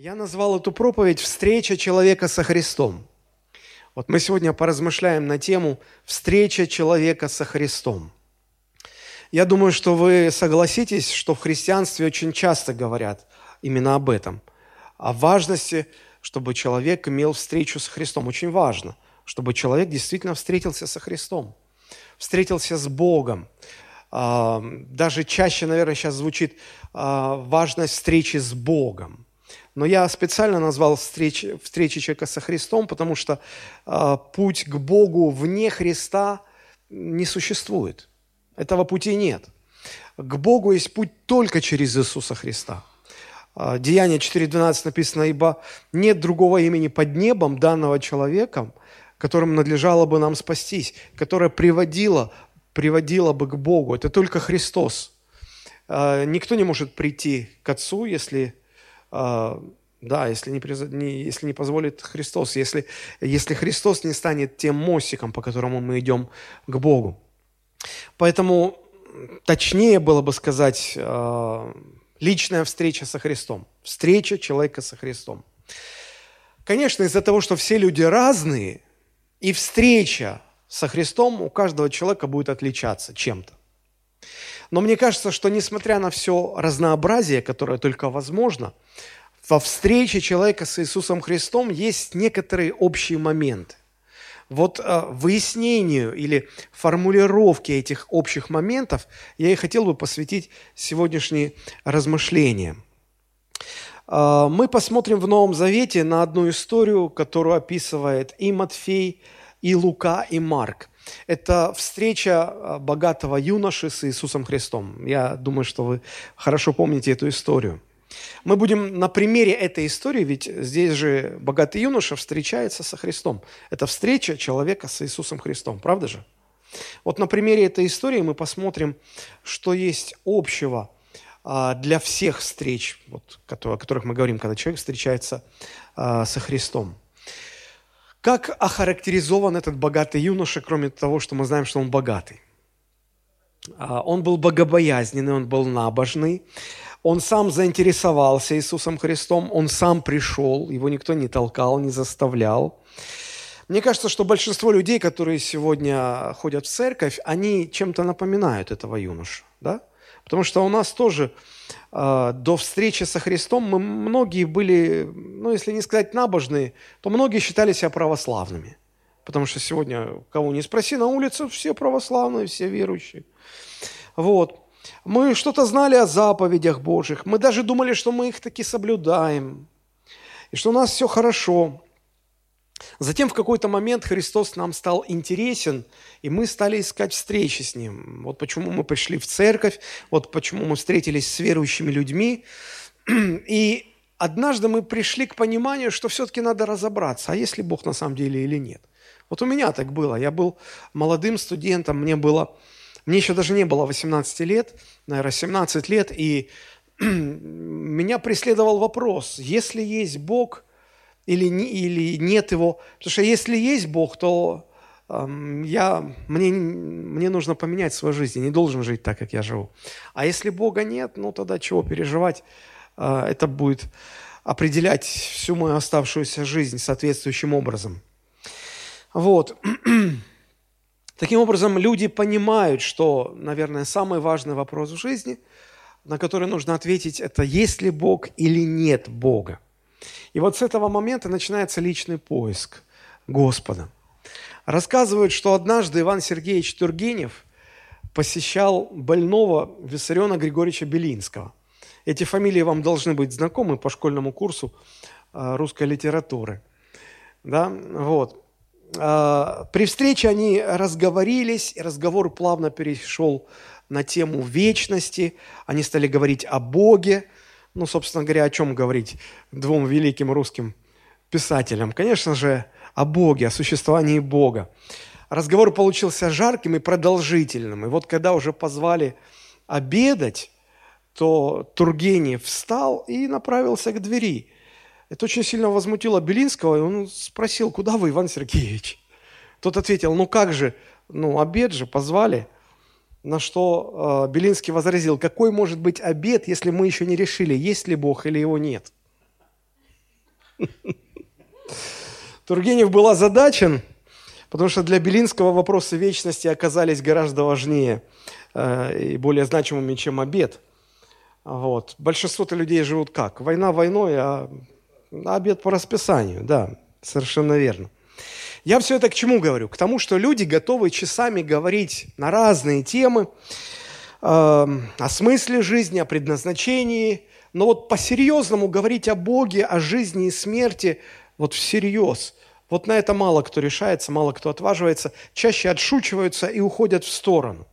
Я назвал эту проповедь «Встреча человека со Христом». Вот мы сегодня поразмышляем на тему «Встреча человека со Христом». Я думаю, что вы согласитесь, что в христианстве очень часто говорят именно об этом, о важности, чтобы человек имел встречу с Христом. Очень важно, чтобы человек действительно встретился со Христом, встретился с Богом. Даже чаще, наверное, сейчас звучит важность встречи с Богом. Но я специально назвал встречи человека со Христом, потому что путь к Богу вне Христа не существует. Этого пути нет. К Богу есть путь только через Иисуса Христа. Деяние 4:12 написано: «Ибо нет другого имени под небом, данного человеком, которым надлежало бы нам спастись», которое приводило бы к Богу. Это только Христос. Никто не может прийти к Отцу, если не позволит Христос, если Христос не станет тем мостиком, по которому мы идем к Богу. Поэтому точнее было бы сказать личная встреча со Христом, встреча человека со Христом. Конечно, из-за того, что все люди разные, и встреча со Христом у каждого человека будет отличаться чем-то. Но мне кажется, что несмотря на все разнообразие, которое только возможно, во встрече человека с Иисусом Христом есть некоторые общие моменты. Вот выяснению или формулировке этих общих моментов я и хотел бы посвятить сегодняшние размышления. Мы посмотрим в Новом Завете на одну историю, которую описывает и Матфей, и Лука, и Марк. Это встреча богатого юноши с Иисусом Христом. Я думаю, что вы хорошо помните эту историю. Мы будем на примере этой истории, ведь здесь же богатый юноша встречается со Христом. Это встреча человека с Иисусом Христом, правда же? Вот на примере этой истории мы посмотрим, что есть общего для всех встреч, о которых мы говорим, когда человек встречается со Христом. Как охарактеризован этот богатый юноша, кроме того, что мы знаем, что он богатый? Он был богобоязненный, он был набожный, он сам заинтересовался Иисусом Христом, он сам пришел, его никто не толкал, не заставлял. Мне кажется, что большинство людей, которые сегодня ходят в церковь, они чем-то напоминают этого юношу, да? Потому что у нас тоже до встречи со Христом многие были, если не сказать набожные, то многие считали себя православными. Потому что сегодня, кого не спроси, на улице все православные, все верующие. Вот. Мы что-то знали о заповедях Божьих, мы даже думали, что мы их таки соблюдаем, и что у нас все хорошо. Затем в какой-то момент Христос нам стал интересен, и мы стали искать встречи с Ним. Вот почему мы пришли в церковь, вот почему мы встретились с верующими людьми. И однажды мы пришли к пониманию, что все-таки надо разобраться, а есть ли Бог на самом деле или нет. Вот у меня так было. Я был молодым студентом, мне еще даже не было 18 лет, наверное, 17 лет, и меня преследовал вопрос, если есть Бог или нет Его. Потому что если есть Бог, то мне нужно поменять свою жизнь, я не должен жить так, как я живу. А если Бога нет, тогда чего переживать? Это будет определять всю мою оставшуюся жизнь соответствующим образом. Вот. Таким образом, люди понимают, что, наверное, самый важный вопрос в жизни, на который нужно ответить, это есть ли Бог или нет Бога. И вот с этого момента начинается личный поиск Господа. Рассказывают, что однажды Иван Сергеевич Тургенев посещал больного Виссариона Григорьевича Белинского. Эти фамилии вам должны быть знакомы по школьному курсу русской литературы. Да? Вот. При встрече они разговорились, и разговор плавно перешел на тему вечности. Они стали говорить о Боге. Собственно говоря, о чем говорить двум великим русским писателям? Конечно же, о Боге, о существовании Бога. Разговор получился жарким и продолжительным. И вот когда уже позвали обедать, то Тургенев встал и направился к двери. Это очень сильно возмутило Белинского, и он спросил: куда вы, Иван Сергеевич? Тот ответил: как же, обед же позвали. На что Белинский возразил: какой может быть обед, если мы еще не решили, есть ли Бог или его нет? Тургенев был озадачен, потому что для Белинского вопросы вечности оказались гораздо важнее и более значимыми, чем обет. Вот. Большинство-то людей живут как? Война войной, а обед по расписанию. Да, совершенно верно. Я все это к чему говорю? К тому, что люди готовы часами говорить на разные темы, о смысле жизни, о предназначении, но вот по-серьезному говорить о Боге, о жизни и смерти, вот всерьез, вот на это мало кто решается, мало кто отваживается, чаще отшучиваются и уходят в сторону.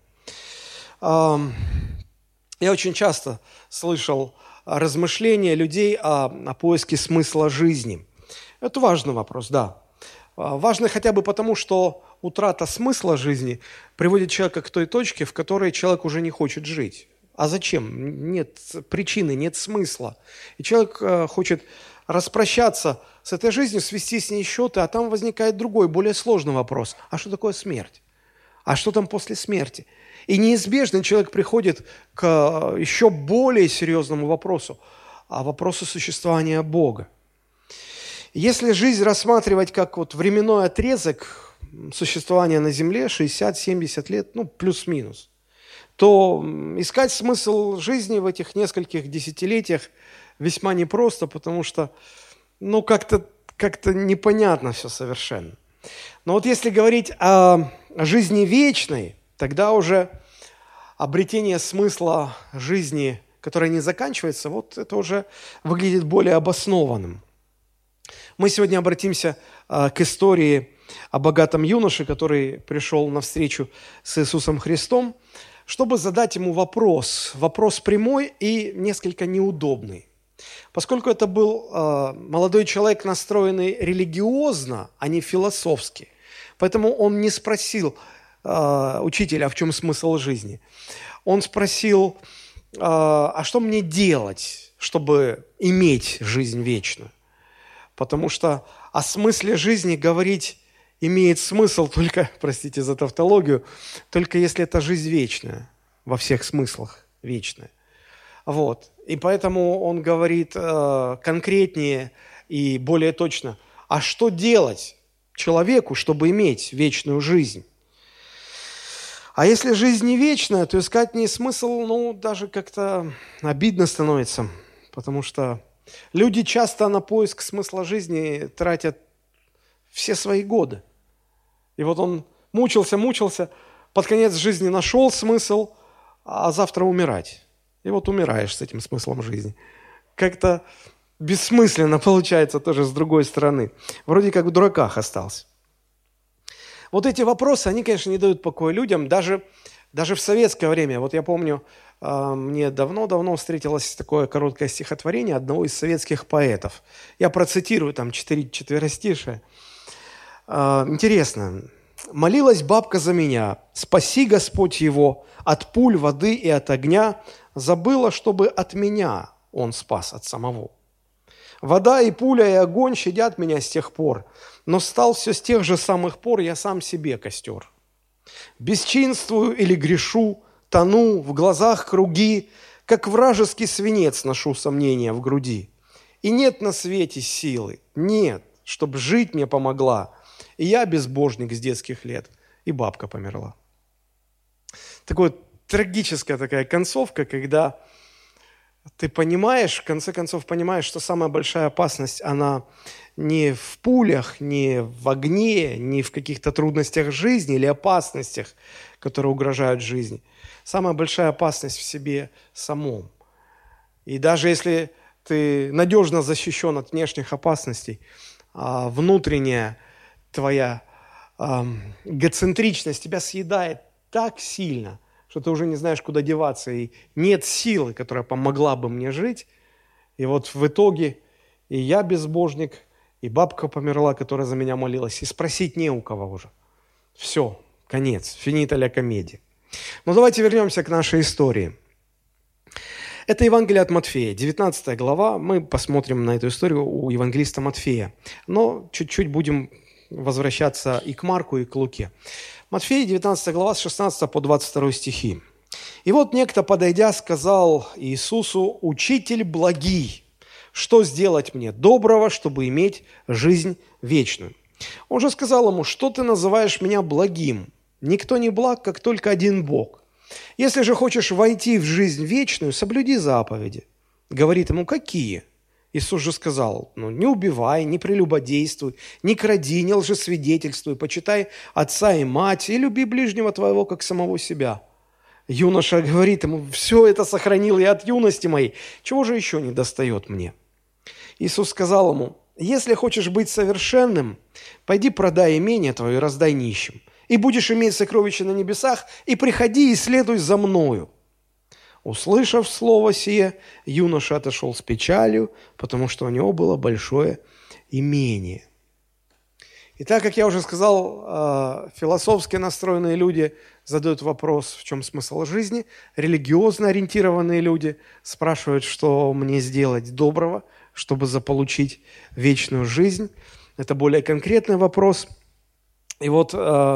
Я очень часто слышал размышления людей о поиске смысла жизни. Это важный вопрос, да. Важный хотя бы потому, что утрата смысла жизни приводит человека к той точке, в которой человек уже не хочет жить. А зачем? Нет причины, нет смысла. И человек хочет распрощаться с этой жизнью, свести с ней счеты, а там возникает другой, более сложный вопрос. А что такое смерть? А что там после смерти? И неизбежно человек приходит к еще более серьезному вопросу, а вопросу существования Бога. Если жизнь рассматривать как вот временной отрезок существования на Земле, 60-70 лет, ну, плюс-минус, то искать смысл жизни в этих нескольких десятилетиях весьма непросто, потому что, ну, как-то непонятно все совершенно. Но вот если говорить о жизни вечной, тогда уже обретение смысла жизни, которая не заканчивается, вот это уже выглядит более обоснованным. Мы сегодня обратимся к истории о богатом юноше, который пришел на встречу с Иисусом Христом, чтобы задать ему вопрос прямой и несколько неудобный. Поскольку это был молодой человек, настроенный религиозно, а не философски, поэтому он не спросил учителя, а в чем смысл жизни. Он спросил, а что мне делать, чтобы иметь жизнь вечную? Потому что о смысле жизни говорить имеет смысл только, простите за тавтологию, только если это жизнь вечная, во всех смыслах вечная. Вот. И поэтому он говорит конкретнее и более точно, а что делать человеку, чтобы иметь вечную жизнь? А если жизнь не вечная, то искать в ней смысл, ну, даже как-то обидно становится, потому что люди часто на поиск смысла жизни тратят все свои годы. И вот он мучился, под конец жизни нашел смысл, а завтра умирать. И вот умираешь с этим смыслом жизни. Как-то бессмысленно получается тоже с другой стороны. Вроде как в дураках остался. Вот эти вопросы, они, конечно, не дают покоя людям, даже в советское время. Вот я помню, мне давно-давно встретилось такое короткое стихотворение одного из советских поэтов. Я процитирую там четверостишие. Интересно. «Молилась бабка за меня, спаси Господь его от пуль, воды и от огня, забыла, чтобы от меня он спас от самого. Вода и пуля и огонь щадят меня с тех пор, но стал все с тех же самых пор я сам себе костер. Бесчинствую или грешу, тону, в глазах круги, как вражеский свинец ношу сомнения в груди. И нет на свете силы, нет, чтоб жить мне помогла, и я безбожник с детских лет, и бабка померла». Такая трагическая такая концовка, когда ты понимаешь, в конце концов понимаешь, что самая большая опасность, она не в пулях, не в огне, не в каких-то трудностях жизни или опасностях, которые угрожают жизни. Самая большая опасность в себе самом. И даже если ты надежно защищен от внешних опасностей, внутренняя твоя эгоцентричность тебя съедает так сильно, что ты уже не знаешь, куда деваться, и нет силы, которая помогла бы мне жить. И вот в итоге и я безбожник, и бабка померла, которая за меня молилась, и спросить не у кого уже. Все, конец, финита ля комедия. Но давайте вернемся к нашей истории. Это Евангелие от Матфея, 19 глава. Мы посмотрим на эту историю у евангелиста Матфея. Но чуть-чуть будем возвращаться и к Марку, и к Луке. Матфея, 19 глава, с 16 по 22 стихи. «И вот некто, подойдя, сказал Иисусу: „Учитель благий, что сделать мне доброго, чтобы иметь жизнь вечную. Он же сказал ему: что ты называешь меня благим? Никто не благ, как только один Бог. Если же хочешь войти в жизнь вечную, соблюди заповеди. Говорит ему: какие? Иисус же сказал: не убивай, не прелюбодействуй, не кради, не лжесвидетельствуй, почитай отца и мать и люби ближнего твоего, как самого себя. Юноша говорит ему: все это сохранил я от юности моей, чего же еще не достает мне? Иисус сказал ему: если хочешь быть совершенным, пойди продай имение твое и раздай нищим, и будешь иметь сокровища на небесах, и приходи и следуй за мною. Услышав слово сие, юноша отошел с печалью, потому что у него было большое имение. И так, как я уже сказал, философски настроенные люди задают вопрос, в чем смысл жизни. Религиозно ориентированные люди спрашивают, что мне сделать доброго, чтобы заполучить вечную жизнь. Это более конкретный вопрос. И вот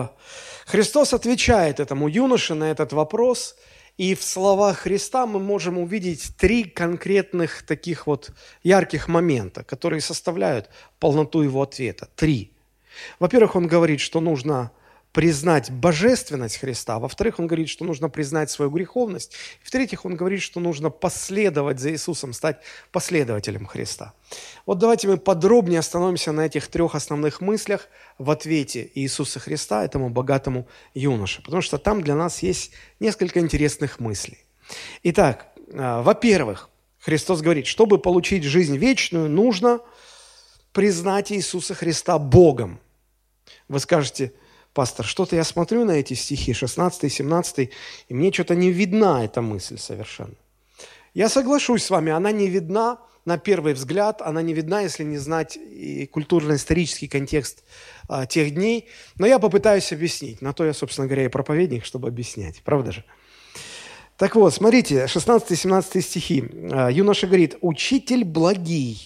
Христос отвечает этому юноше на этот вопрос. И в словах Христа мы можем увидеть 3 конкретных таких вот ярких момента, которые составляют полноту его ответа. 3. Во-первых, он говорит, что нужно признать божественность Христа. Во-вторых, он говорит, что нужно признать свою греховность. И в-третьих, он говорит, что нужно последовать за Иисусом, стать последователем Христа. Вот давайте мы подробнее остановимся на этих 3 основных мыслях в ответе Иисуса Христа этому богатому юноше, потому что там для нас есть несколько интересных мыслей. Итак, во-первых, Христос говорит, чтобы получить жизнь вечную, нужно признать Иисуса Христа Богом. Вы скажете: пастор, что-то я смотрю на эти стихи, 16 и 17, и мне что-то не видна эта мысль совершенно. Я соглашусь с вами, она не видна на первый взгляд, она не видна, если не знать и культурно-исторический контекст тех дней, но я попытаюсь объяснить. На то я, собственно говоря, и проповедник, чтобы объяснять, правда же? Так вот, смотрите, 16 и 17 стихи. Юноша говорит: «Учитель благий».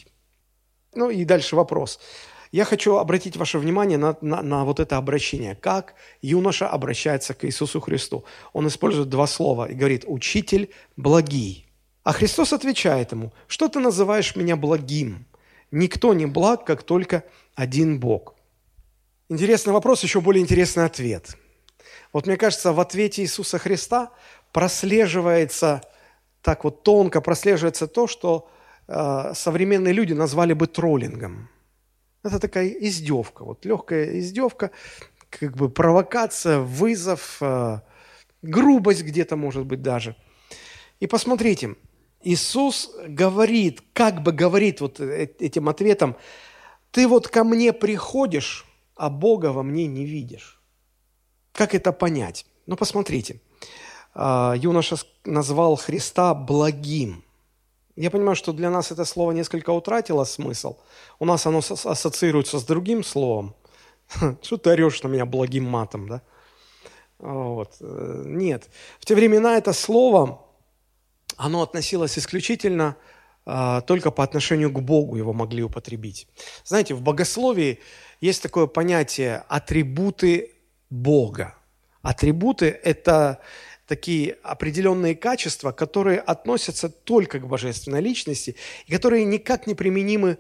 И дальше вопрос. Я хочу обратить ваше внимание на вот это обращение. Как юноша обращается к Иисусу Христу. Он использует 2 слова и говорит: «Учитель благий». А Христос отвечает ему: «Что ты называешь меня благим? Никто не благ, как только один Бог». Интересный вопрос, еще более интересный ответ. Вот мне кажется, в ответе Иисуса Христа прослеживается, так вот тонко прослеживается то, что современные люди назвали бы троллингом. Это такая издевка, вот легкая издевка, как бы провокация, вызов, грубость где-то, может быть, даже. И посмотрите, Иисус говорит, как бы говорит вот этим ответом: ты вот ко мне приходишь, а Бога во мне не видишь. Как это понять? Посмотрите, юноша назвал Христа благим. Я понимаю, что для нас это слово несколько утратило смысл. У нас оно ассоциируется с другим словом. Что ты орешь на меня благим матом, да? Вот. Нет. В те времена это слово, оно относилось исключительно только по отношению к Богу его могли употребить. Знаете, в богословии есть такое понятие атрибуты Бога. Атрибуты – это такие определенные качества, которые относятся только к божественной личности и которые никак не применимы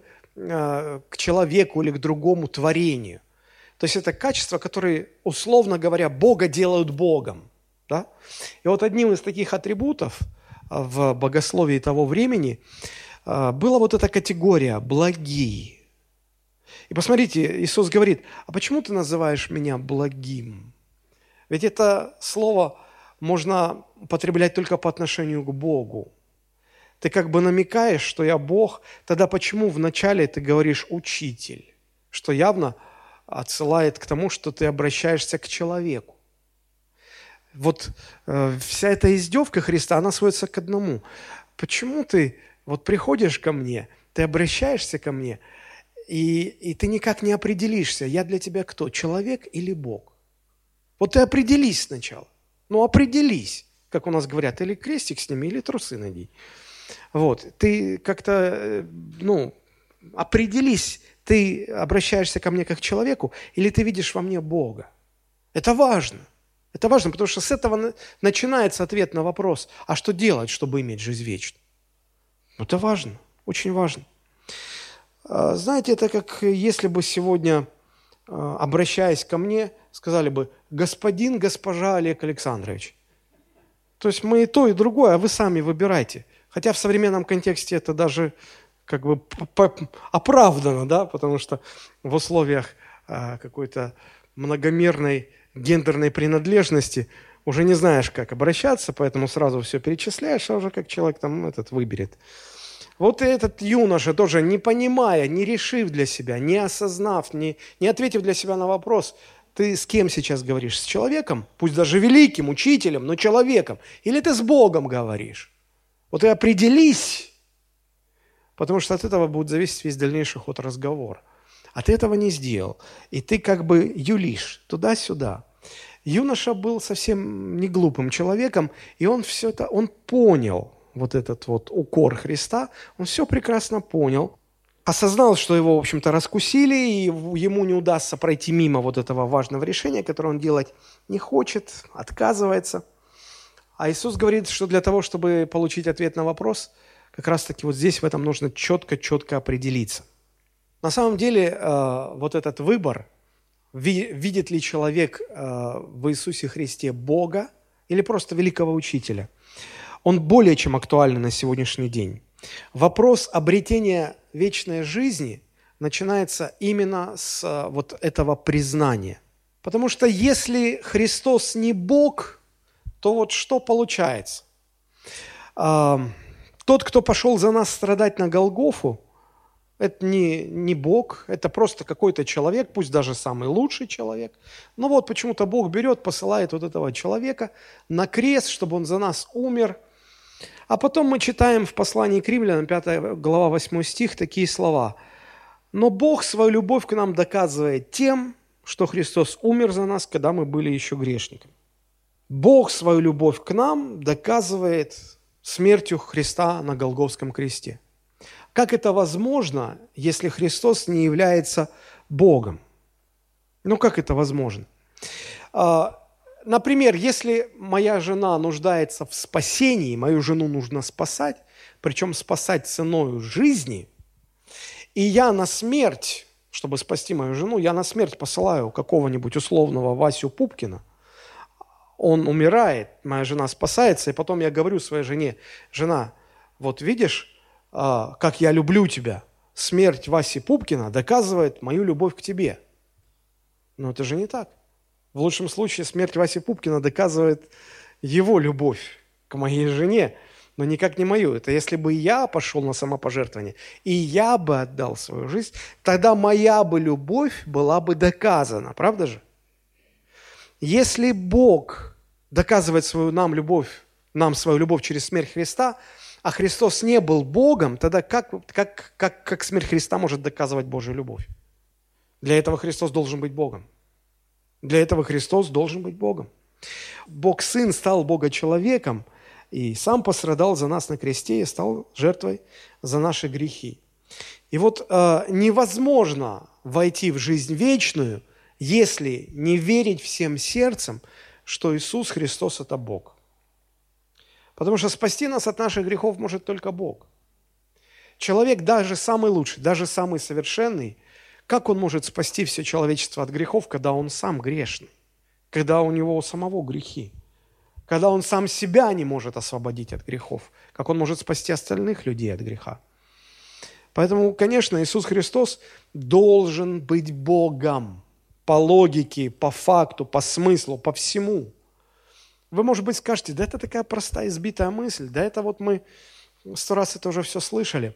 к человеку или к другому творению. То есть это качества, которые, условно говоря, Бога делают Богом. Да? И вот одним из таких атрибутов в богословии того времени была вот эта категория «благие». И посмотрите, Иисус говорит: а почему ты называешь меня благим? Ведь это слово можно употреблять только по отношению к Богу. Ты как бы намекаешь, что я Бог, тогда почему вначале ты говоришь «учитель», что явно отсылает к тому, что ты обращаешься к человеку. Вот вся эта издевка Христа, она сводится к одному. Почему ты вот приходишь ко мне, ты обращаешься ко мне, и ты никак не определишься, я для тебя кто, человек или Бог? Вот ты определись сначала. Определись, как у нас говорят, или крестик сними, или трусы надень. Вот, ты как-то, определись, ты обращаешься ко мне как к человеку, или ты видишь во мне Бога. Это важно. Это важно, потому что с этого начинается ответ на вопрос: а что делать, чтобы иметь жизнь вечную? Это важно, очень важно. Знаете, это как если бы сегодня, обращаясь ко мне, сказали бы: господин, госпожа Олег Александрович. То есть мы и то, и другое, а вы сами выбирайте. Хотя в современном контексте это даже как бы оправдано, да, потому что в условиях какой-то многомерной гендерной принадлежности уже не знаешь, как обращаться, поэтому сразу все перечисляешь, а уже как человек там этот выберет. Вот и этот юноша тоже, не понимая, не решив для себя, не осознав, не ответив для себя на вопрос: ты с кем сейчас говоришь? С человеком? Пусть даже великим, учителем, но человеком. Или ты с Богом говоришь? Вот и определись, потому что от этого будет зависеть весь дальнейший ход разговора. А ты этого не сделал. И ты как бы юлишь туда-сюда. Юноша был совсем не глупым человеком, и он все это, он понял вот этот вот укор Христа, он все прекрасно понял, осознал, что его, в общем-то, раскусили, и ему не удастся пройти мимо вот этого важного решения, которое он делать не хочет, отказывается. А Иисус говорит, что для того, чтобы получить ответ на вопрос, как раз-таки вот здесь в этом нужно четко определиться. На самом деле вот этот выбор, видит ли человек в Иисусе Христе Бога или просто великого учителя, он более чем актуален на сегодняшний день. Вопрос обретения вечной жизни начинается именно с вот этого признания. Потому что если Христос не Бог, то вот что получается? Тот, кто пошел за нас страдать на Голгофу, это не Бог, это просто какой-то человек, пусть даже самый лучший человек. Но вот почему-то Бог берет, посылает вот этого человека на крест, чтобы он за нас умер. А потом мы читаем в послании к Римлянам, 5 глава, 8 стих, такие слова. «Но Бог свою любовь к нам доказывает тем, что Христос умер за нас, когда мы были еще грешниками». Бог свою любовь к нам доказывает смертью Христа на Голгофском кресте. Как это возможно, если Христос не является Богом? Ну, как это возможно? Например, если моя жена нуждается в спасении, мою жену нужно спасать, причем спасать ценою жизни, и я на смерть, чтобы спасти мою жену, я на смерть посылаю какого-нибудь условного Васю Пупкина, он умирает, моя жена спасается, и потом я говорю своей жене: жена, вот видишь, как я люблю тебя, смерть Васи Пупкина доказывает мою любовь к тебе. Но это же не так. В лучшем случае смерть Васи Пупкина доказывает его любовь к моей жене, но никак не мою. Это если бы я пошел на самопожертвование, и я бы отдал свою жизнь, тогда моя бы любовь была бы доказана, правда же? Если Бог доказывает нам свою любовь через смерть Христа, а Христос не был Богом, тогда как смерть Христа может доказывать Божью любовь? Для этого Христос должен быть Богом. Для этого Христос должен быть Богом. Бог Сын стал Бога-человеком и сам пострадал за нас на кресте и стал жертвой за наши грехи. И вот невозможно войти в жизнь вечную, если не верить всем сердцем, что Иисус Христос – это Бог. Потому что спасти нас от наших грехов может только Бог. Человек, даже самый лучший, даже самый совершенный, как он может спасти все человечество от грехов, когда он сам грешный, когда у него у самого грехи, когда он сам себя не может освободить от грехов, как он может спасти остальных людей от греха? Поэтому, конечно, Иисус Христос должен быть Богом по логике, по факту, по смыслу, по всему. Вы, может быть, скажете: да это такая простая, избитая мысль, да это вот мы 100 раз это уже все слышали.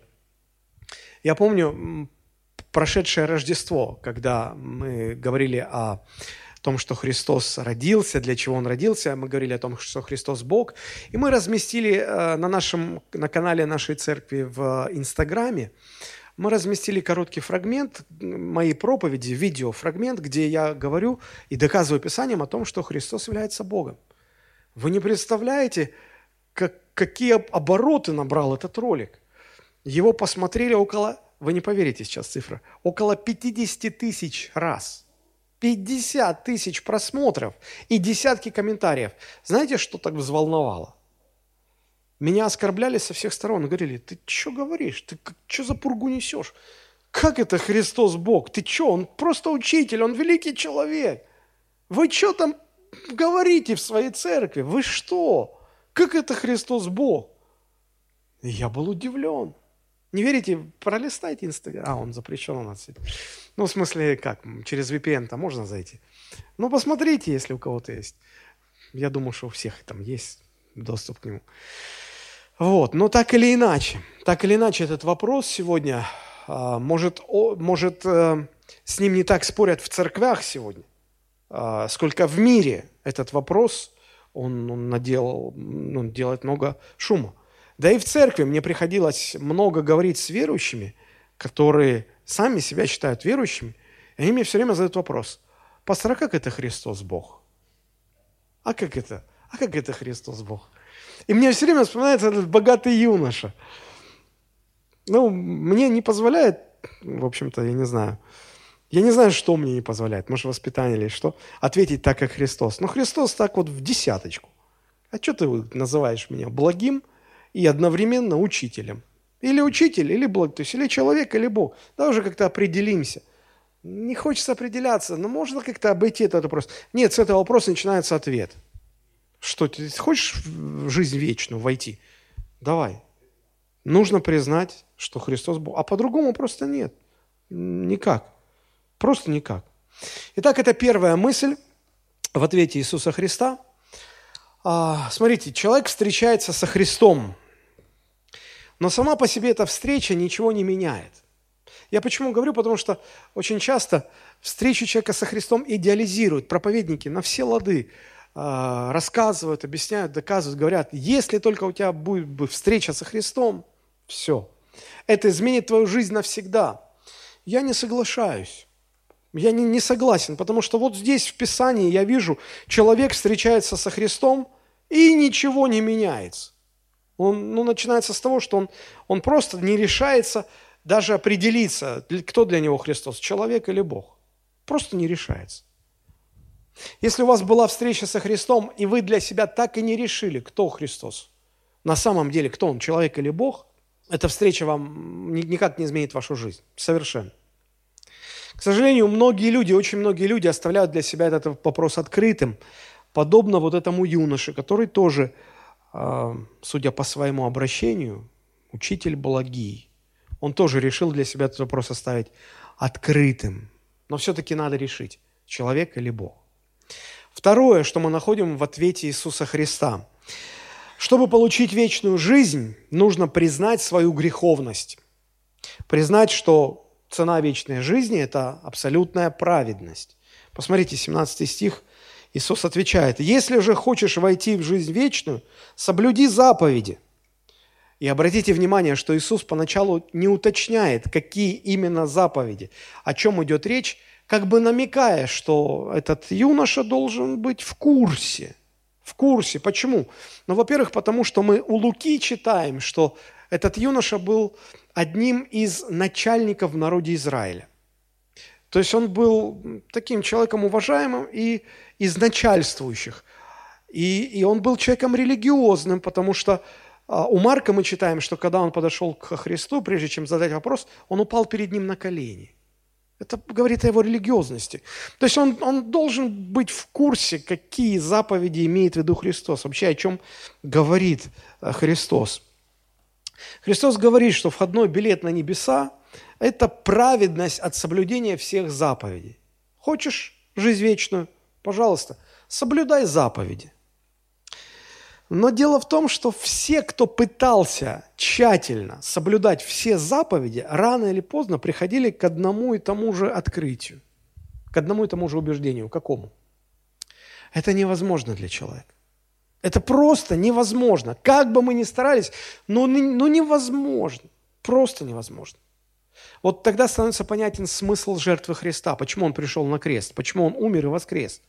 Я помню прошедшее Рождество, когда мы говорили о том, что Христос родился, для чего Он родился, мы говорили о том, что Христос Бог, и мы разместили на канале нашей церкви в Инстаграме, мы разместили короткий фрагмент моей проповеди, видеофрагмент, где я говорю и доказываю Писанием о том, что Христос является Богом. Вы не представляете, какие обороты набрал этот ролик. Его посмотрели вы не поверите сейчас цифра, около 50 тысяч раз. 50 тысяч просмотров и десятки комментариев. Знаете, что так взволновало? Меня оскорбляли со всех сторон. Говорили: ты что говоришь? Ты что за пургу несешь? Как это Христос Бог? Ты что? Он просто учитель, он великий человек. Вы что там говорите в своей церкви? Вы что? Как это Христос Бог? И я был удивлен. Не верите? Пролистайте Инстаграм. Он запрещен у нас. Ну, в смысле, как? Через VPN-то можно зайти? Ну, посмотрите, если у кого-то есть. Я думаю, что у всех там есть доступ к нему. Вот, но так или иначе, этот вопрос сегодня, может, с ним не так спорят в церквях сегодня, сколько в мире этот вопрос, он делает много шума. Да и в церкви мне приходилось много говорить с верующими, которые сами себя считают верующими, и они мне все время задают вопрос: пастор, а как это Христос Бог? А как это? А как это Христос Бог? И мне все время вспоминается этот богатый юноша. Ну, мне не позволяет, в общем-то, я не знаю, что мне не позволяет, может, воспитание или что, ответить так, как Христос. Но Христос так вот в десяточку. А что ты называешь меня благим и одновременно учителем? Или учитель, или благ, то есть или человек, или Бог. Давай уже как-то определимся. Не хочется определяться, но можно как-то обойти этот вопрос. Нет, с этого вопроса начинается ответ. Что, ты хочешь в жизнь вечную войти? Давай. Нужно признать, что Христос Бог. А по-другому просто нет. Никак. Просто никак. Итак, это первая мысль в ответе Иисуса Христа. Смотрите, человек встречается со Христом, но сама по себе эта встреча ничего не меняет. Я почему говорю? Потому что очень часто встречу человека со Христом идеализируют проповедники на все лады, рассказывают, объясняют, доказывают, говорят: если только у тебя будет встреча со Христом, все, это изменит твою жизнь навсегда. Я не соглашаюсь. Я не согласен, потому что вот здесь в Писании я вижу, человек встречается со Христом, и ничего не меняется. Начинается с того, что он просто не решается даже определиться, кто для него Христос, человек или Бог. Просто не решается. Если у вас была встреча со Христом, и вы для себя так и не решили, кто Христос, на самом деле, кто Он, человек или Бог, эта встреча вам никак не изменит вашу жизнь. Совершенно. К сожалению, очень многие люди оставляют для себя этот вопрос открытым, подобно вот этому юноше, который тоже, судя по своему обращению, учитель благий, он тоже решил для себя этот вопрос оставить открытым. Но все-таки надо решить, человек или Бог. Второе, что мы находим в ответе Иисуса Христа. Чтобы получить вечную жизнь, нужно признать свою греховность. Признать, что цена вечной жизни – это абсолютная праведность. Посмотрите, 17 стих. Иисус отвечает: «Если же хочешь войти в жизнь вечную, соблюди заповеди». И обратите внимание, что Иисус поначалу не уточняет, какие именно заповеди, о чем идет речь, как бы намекая, что этот юноша должен быть в курсе. В курсе. Почему? Во-первых, потому что мы у Луки читаем, что этот юноша был одним из начальников в народе Израиля. То есть он был таким человеком уважаемым и из начальствующих. И он был человеком религиозным, потому что у Марка мы читаем, что когда он подошел к Христу, прежде чем задать вопрос, он упал перед ним на колени. Это говорит о его религиозности. То есть он должен быть в курсе, какие заповеди имеет в виду Христос, вообще о чем говорит Христос. Христос говорит, что входной билет на небеса – это праведность от соблюдения всех заповедей. Хочешь жизнь вечную? Пожалуйста, соблюдай заповеди. Но дело в том, что все, кто пытался тщательно соблюдать все заповеди, рано или поздно приходили к одному и тому же открытию, к одному и тому же убеждению. Какому? Это невозможно для человека. Это просто невозможно. Как бы мы ни старались, но невозможно. Просто невозможно. Вот тогда становится понятен смысл жертвы Христа. Почему Он пришел на крест, почему Он умер и воскрес.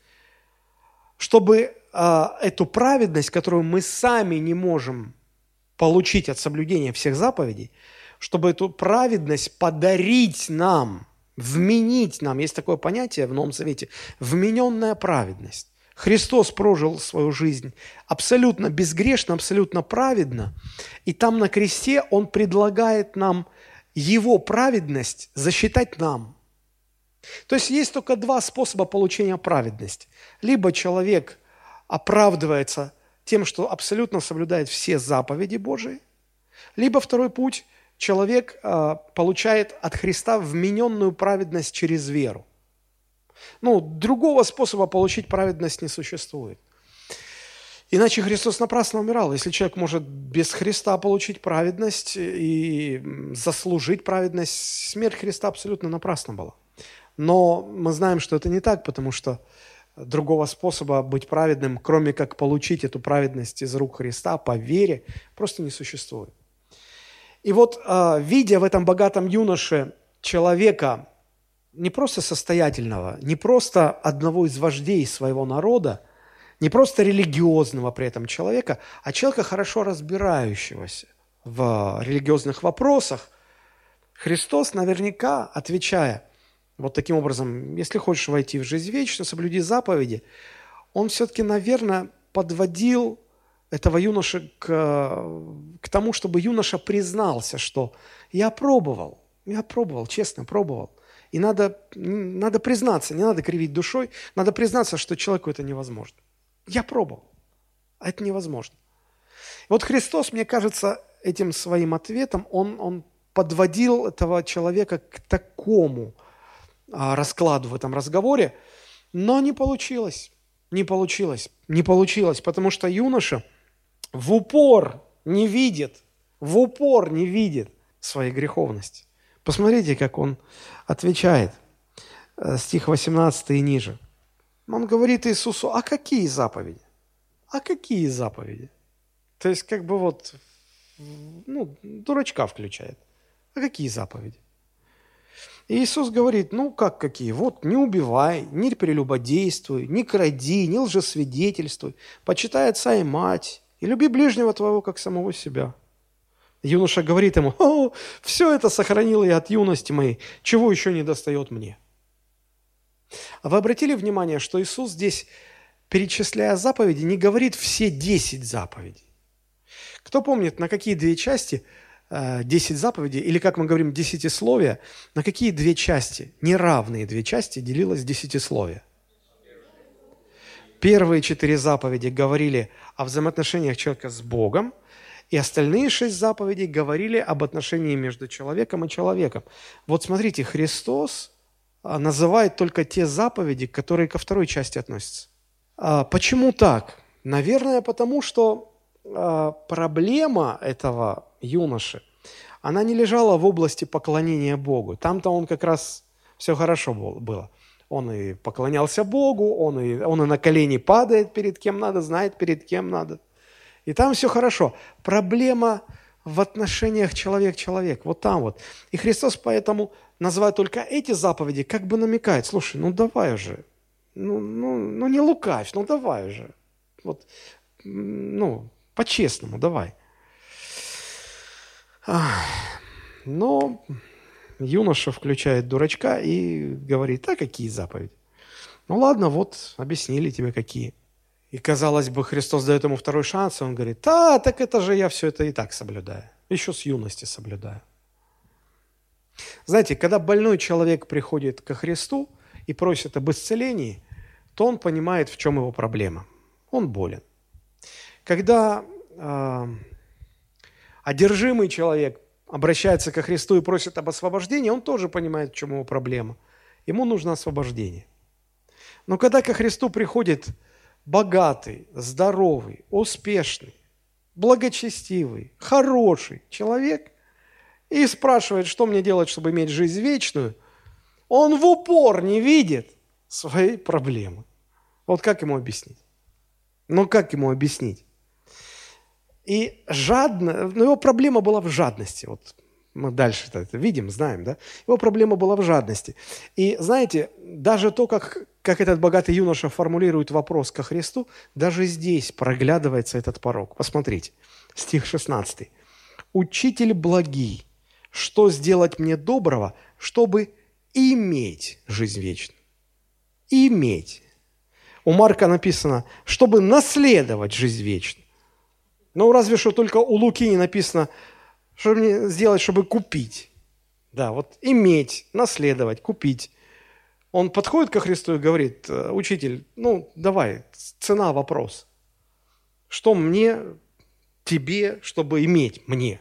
Чтобы эту праведность, которую мы сами не можем получить от соблюдения всех заповедей, чтобы эту праведность подарить нам, вменить нам, есть такое понятие в Новом Завете, вмененная праведность. Христос прожил свою жизнь абсолютно безгрешно, абсолютно праведно, и там на кресте Он предлагает нам Его праведность засчитать нам. То есть есть только два способа получения праведности. Либо человек оправдывается тем, что абсолютно соблюдает все заповеди Божии, либо второй путь – человек получает от Христа вмененную праведность через веру. Другого способа получить праведность не существует. Иначе Христос напрасно умирал. Если человек может без Христа получить праведность и заслужить праведность, смерть Христа абсолютно напрасна была. Но мы знаем, что это не так, потому что другого способа быть праведным, кроме как получить эту праведность из рук Христа по вере, просто не существует. И вот, видя в этом богатом юноше человека не просто состоятельного, не просто одного из вождей своего народа, не просто религиозного при этом человека, а человека, хорошо разбирающегося в религиозных вопросах, Христос наверняка, отвечая вот таким образом: если хочешь войти в жизнь вечную, соблюди заповеди, он все-таки, наверное, подводил этого юноши к тому, чтобы юноша признался, что я пробовал, честно пробовал. И надо признаться, не надо кривить душой, надо признаться, что человеку это невозможно. Я пробовал, а это невозможно. Вот Христос, мне кажется, этим своим ответом, он подводил этого человека к такому раскладу в этом разговоре, но не получилось, потому что юноша в упор не видит своей греховности. Посмотрите, как он отвечает, стих 18 и ниже. Он говорит Иисусу: а какие заповеди? А какие заповеди? То есть дурачка включает. А какие заповеди? И Иисус говорит: как какие? Вот, не убивай, не прелюбодействуй, не кради, не лжесвидетельствуй, почитай отца и мать, и люби ближнего твоего, как самого себя. Юноша говорит ему: все это сохранил я от юности моей, чего еще не достает мне? А вы обратили внимание, что Иисус здесь, перечисляя заповеди, не говорит все 10 заповедей? Кто помнит, на какие две части 10 заповедей, или, как мы говорим, десятисловие, на какие две части, неравные две части, делилось десятисловие? Первые 4 заповеди говорили о взаимоотношениях человека с Богом, и остальные 6 заповедей говорили об отношении между человеком и человеком. Вот смотрите, Христос называет только те заповеди, которые ко второй части относятся. Почему так? Наверное, потому что проблема этого юноши, она не лежала в области поклонения Богу. Там-то он как раз все хорошо было. Он и поклонялся Богу, он и на колени падает перед кем надо, знает перед кем надо. И там все хорошо. Проблема в отношениях человек-человек. Вот там вот. И Христос поэтому, называя только эти заповеди, как бы намекает: слушай, давай уже. Не лукавь, давай уже. Вот, по-честному, давай. Но юноша включает дурачка и говорит: а какие заповеди? Ладно, вот, объяснили тебе какие. И, казалось бы, Христос дает ему второй шанс, и он говорит: так это же я все это и так соблюдаю. Еще с юности соблюдаю. Знаете, когда больной человек приходит ко Христу и просит об исцелении, то он понимает, в чем его проблема. Он болен. Когда одержимый человек обращается ко Христу и просит об освобождении, он тоже понимает, в чем его проблема. Ему нужно освобождение. Но когда ко Христу приходит богатый, здоровый, успешный, благочестивый, хороший человек и спрашивает, что мне делать, чтобы иметь жизнь вечную, он в упор не видит своей проблемы. Вот как ему объяснить? Как ему объяснить? И его проблема была в жадности. Вот мы дальше это видим, знаем, да? Его проблема была в жадности. И знаете, даже то, как этот богатый юноша формулирует вопрос ко Христу, даже здесь проглядывается этот порок. Посмотрите, стих 16. «Учитель благий, что сделать мне доброго, чтобы иметь жизнь вечную?» Иметь. У Марка написано, чтобы наследовать жизнь вечную. Разве что только у Луки не написано, что мне сделать, чтобы купить. Да, вот иметь, наследовать, купить. Он подходит ко Христу и говорит: учитель, давай, цена вопрос. Что мне, тебе, чтобы иметь мне?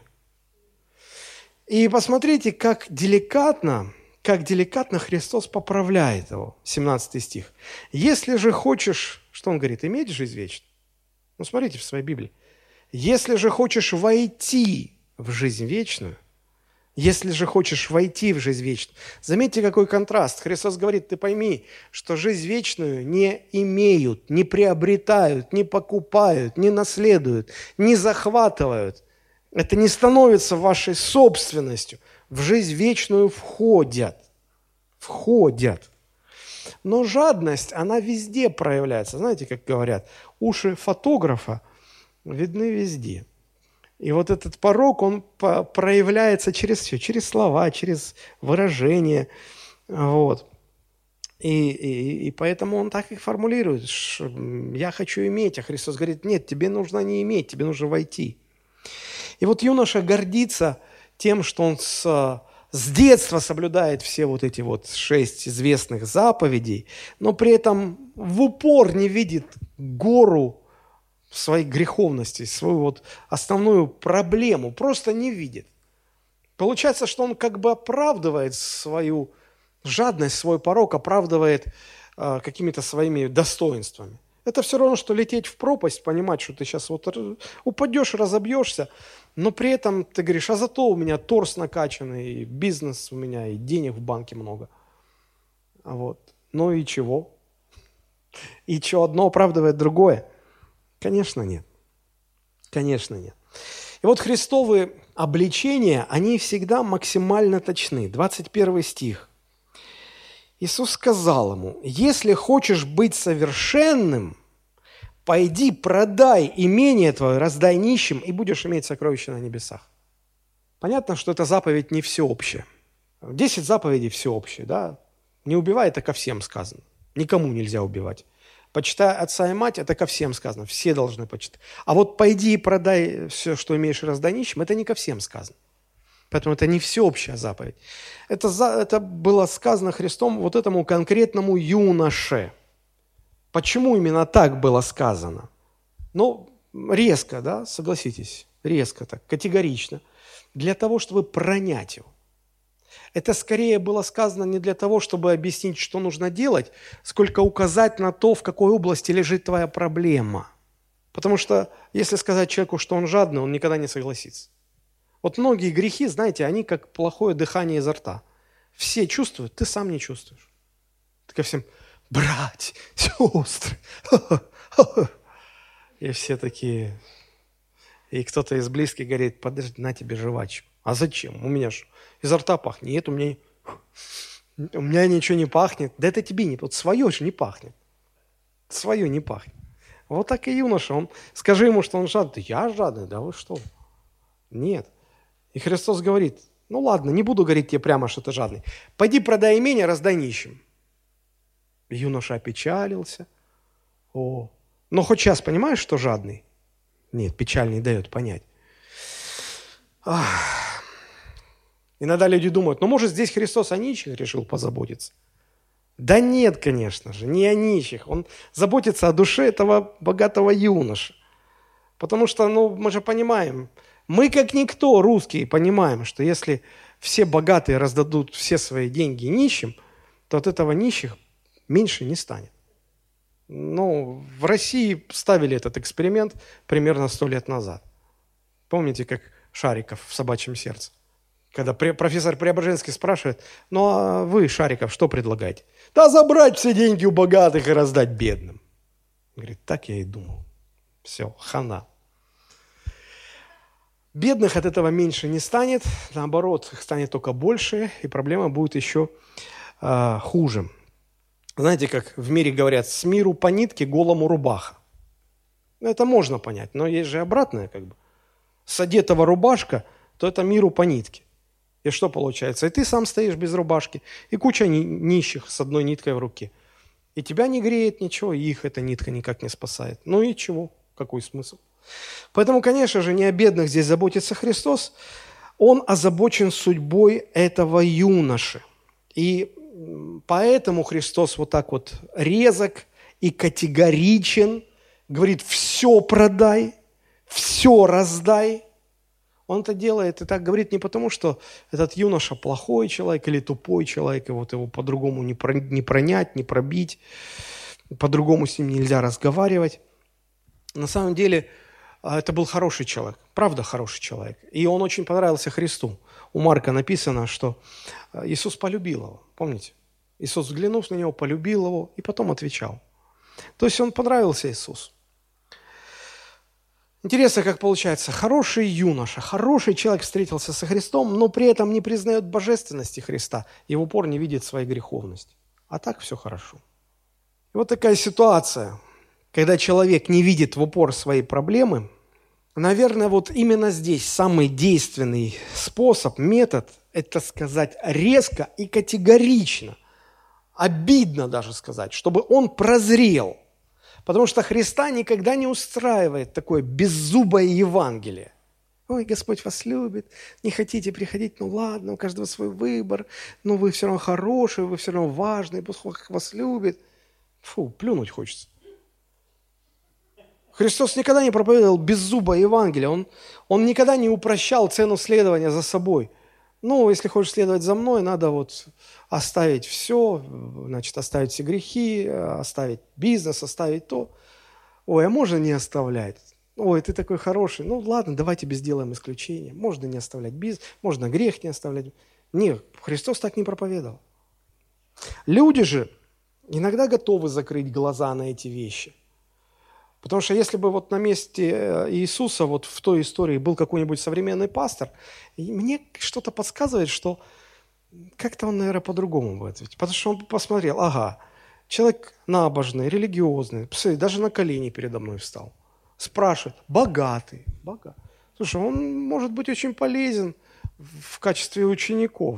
И посмотрите, как деликатно Христос поправляет его. 17 стих. Если же хочешь, что он говорит, иметь жизнь вечную? Смотрите в своей Библии. Если же хочешь войти в жизнь вечную, если же хочешь войти в жизнь вечную, заметьте, какой контраст. Христос говорит: ты пойми, что жизнь вечную не имеют, не приобретают, не покупают, не наследуют, не захватывают. Это не становится вашей собственностью. В жизнь вечную входят. Но жадность, она везде проявляется. Знаете, как говорят, уши фотографа видны везде. И вот этот порок, он проявляется через все, через слова, через выражения. Вот. И поэтому он так и формулирует: я хочу иметь, а Христос говорит: нет, тебе нужно не иметь, тебе нужно войти. И вот юноша гордится тем, что он с детства соблюдает все вот эти 6 известных заповедей, но при этом в упор не видит гору своей греховности, свою основную проблему, просто не видит. Получается, что он как бы оправдывает свою жадность, свой порок, оправдывает какими-то своими достоинствами. Это все равно, что лететь в пропасть, понимать, что ты сейчас упадешь, разобьешься, но при этом ты говоришь: а зато у меня торс накачанный, и бизнес у меня, и денег в банке много. Ну и чего? И что, одно оправдывает другое? Конечно, нет. Конечно, нет. И вот Христовы обличения, они всегда максимально точны. 21 стих. Иисус сказал ему: если хочешь быть совершенным, пойди, продай имение твое, раздай нищим, и будешь иметь сокровища на небесах. Понятно, что эта заповедь не всеобщая. 10 заповедей всеобщие, да? Не убивай, это ко всем сказано. Никому нельзя убивать. Почитай отца и мать, это ко всем сказано. Все должны почитать. А вот пойди и продай все, что имеешь, и раздай нищим, это не ко всем сказано. Поэтому это не всеобщая заповедь. Это было сказано Христом вот этому конкретному юноше. Почему именно так было сказано? Резко, да, согласитесь, резко так, категорично. Для того, чтобы пронять его. Это скорее было сказано не для того, чтобы объяснить, что нужно делать, сколько указать на то, в какой области лежит твоя проблема. Потому что если сказать человеку, что он жадный, он никогда не согласится. Многие грехи, знаете, они как плохое дыхание изо рта. Все чувствуют, ты сам не чувствуешь. Ты ко всем: братья, сестры. И все такие. И кто-то из близких говорит: подожди, на тебе жвачку. А зачем? У меня же изо рта пахнет. Нет, у меня ничего не пахнет. Да это тебе не... свое же не пахнет. Свое не пахнет. Вот так и юноша. Скажи ему, что он жадный. Да я жадный? Да вы что? Нет. И Христос говорит: ладно, не буду говорить тебе прямо, что ты жадный. Пойди продай имение, раздай нищим. Юноша опечалился. Но хоть сейчас понимаешь, что жадный? Нет, печаль не дает понять. Иногда люди думают: может, здесь Христос о нищих решил позаботиться? Да нет, конечно же, не о нищих. Он заботится о душе этого богатого юноши. Потому что, мы же понимаем, мы как никто, русские, понимаем, что если все богатые раздадут все свои деньги нищим, то от этого нищих меньше не станет. В России ставили этот эксперимент примерно 100 лет назад. Помните, как Шариков в «Собачьем сердце»? Когда профессор Преображенский спрашивает: а вы, Шариков, что предлагаете? Да забрать все деньги у богатых и раздать бедным. Говорит: так я и думал. Все, хана. Бедных от этого меньше не станет, наоборот, их станет только больше, и проблема будет еще хуже. Знаете, как в мире говорят: с миру по нитке, голому рубаха. Это можно понять, но есть же обратное как бы. С одетого рубашка, то это миру по нитке. И что получается? И ты сам стоишь без рубашки, и куча нищих с одной ниткой в руке. И тебя не греет ничего, и их эта нитка никак не спасает. И чего? Какой смысл? Поэтому, конечно же, не о бедных здесь заботится Христос. Он озабочен судьбой этого юноши. И поэтому Христос вот так вот резок и категоричен, говорит: все продай, все раздай. Он это делает и так говорит не потому, что этот юноша плохой человек или тупой человек, и вот его по-другому не пронять, не пробить, по-другому с ним нельзя разговаривать. На самом деле это был хороший человек, правда хороший человек. И он очень понравился Христу. У Марка написано, что Иисус полюбил его, помните? Иисус, взглянув на него, полюбил его и потом отвечал. То есть он понравился Иисусу. Интересно, как получается, хороший юноша, хороший человек встретился со Христом, но при этом не признает божественности Христа и в упор не видит своей греховности. А так все хорошо. И вот такая ситуация, когда человек не видит в упор свои проблемы, наверное, вот именно здесь самый действенный способ, метод – это сказать резко и категорично, обидно даже сказать, чтобы он прозрел. Потому что Христа никогда не устраивает такое беззубое Евангелие. Ой, Господь вас любит, не хотите приходить, ну ладно, у каждого свой выбор, но вы все равно хороший, вы все равно важный, Бог вас любит. Фу, плюнуть хочется. Христос никогда не проповедовал беззубое Евангелие, он никогда не упрощал цену следования за собой. Ну, если хочешь следовать за мной, надо вот оставить все, значит, оставить все грехи, оставить бизнес, оставить то. Ой, а можно не оставлять? Ой, ты такой хороший. Ну, ладно, давайте сделаем исключение. Можно не оставлять бизнес, можно грех не оставлять. Нет, Христос так не проповедовал. Люди же иногда готовы закрыть глаза на эти вещи. Потому что если бы вот на месте Иисуса вот в той истории был какой-нибудь современный пастор, мне что-то подсказывает, что как-то он, наверное, по-другому бы ответил. Потому что он посмотрел, ага, человек набожный, религиозный, посмотри, даже на колени передо мной встал. Спрашивает, богатый. Слушай, он может быть очень полезен в качестве учеников.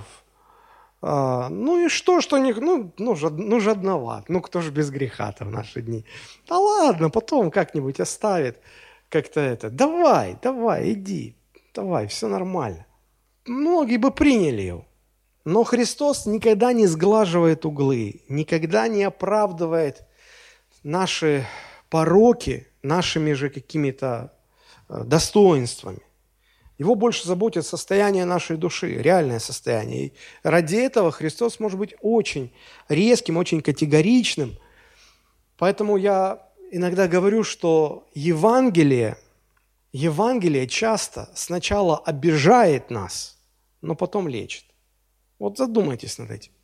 Ну и что не... жадноват. Ну кто же без греха-то в наши дни? Да ладно, потом как-нибудь оставит. Как-то это. Давай, иди. Давай, все нормально. Многие бы приняли его. Но Христос никогда не сглаживает углы, никогда не оправдывает наши пороки нашими же какими-то достоинствами. Его больше заботит состояние нашей души, реальное состояние. И ради этого Христос может быть очень резким, очень категоричным. Поэтому я иногда говорю, что Евангелие часто сначала обижает нас, но потом лечит. Вот задумайтесь над этим.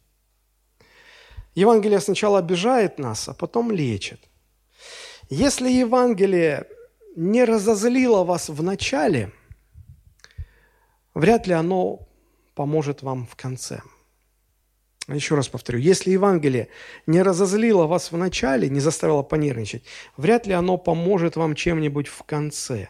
Евангелие сначала обижает нас, а потом лечит. Если Евангелие не разозлило вас в начале, вряд ли оно поможет вам в конце. Еще раз повторю, если Евангелие не разозлило вас в начале, не заставило понервничать, вряд ли оно поможет вам чем-нибудь в конце.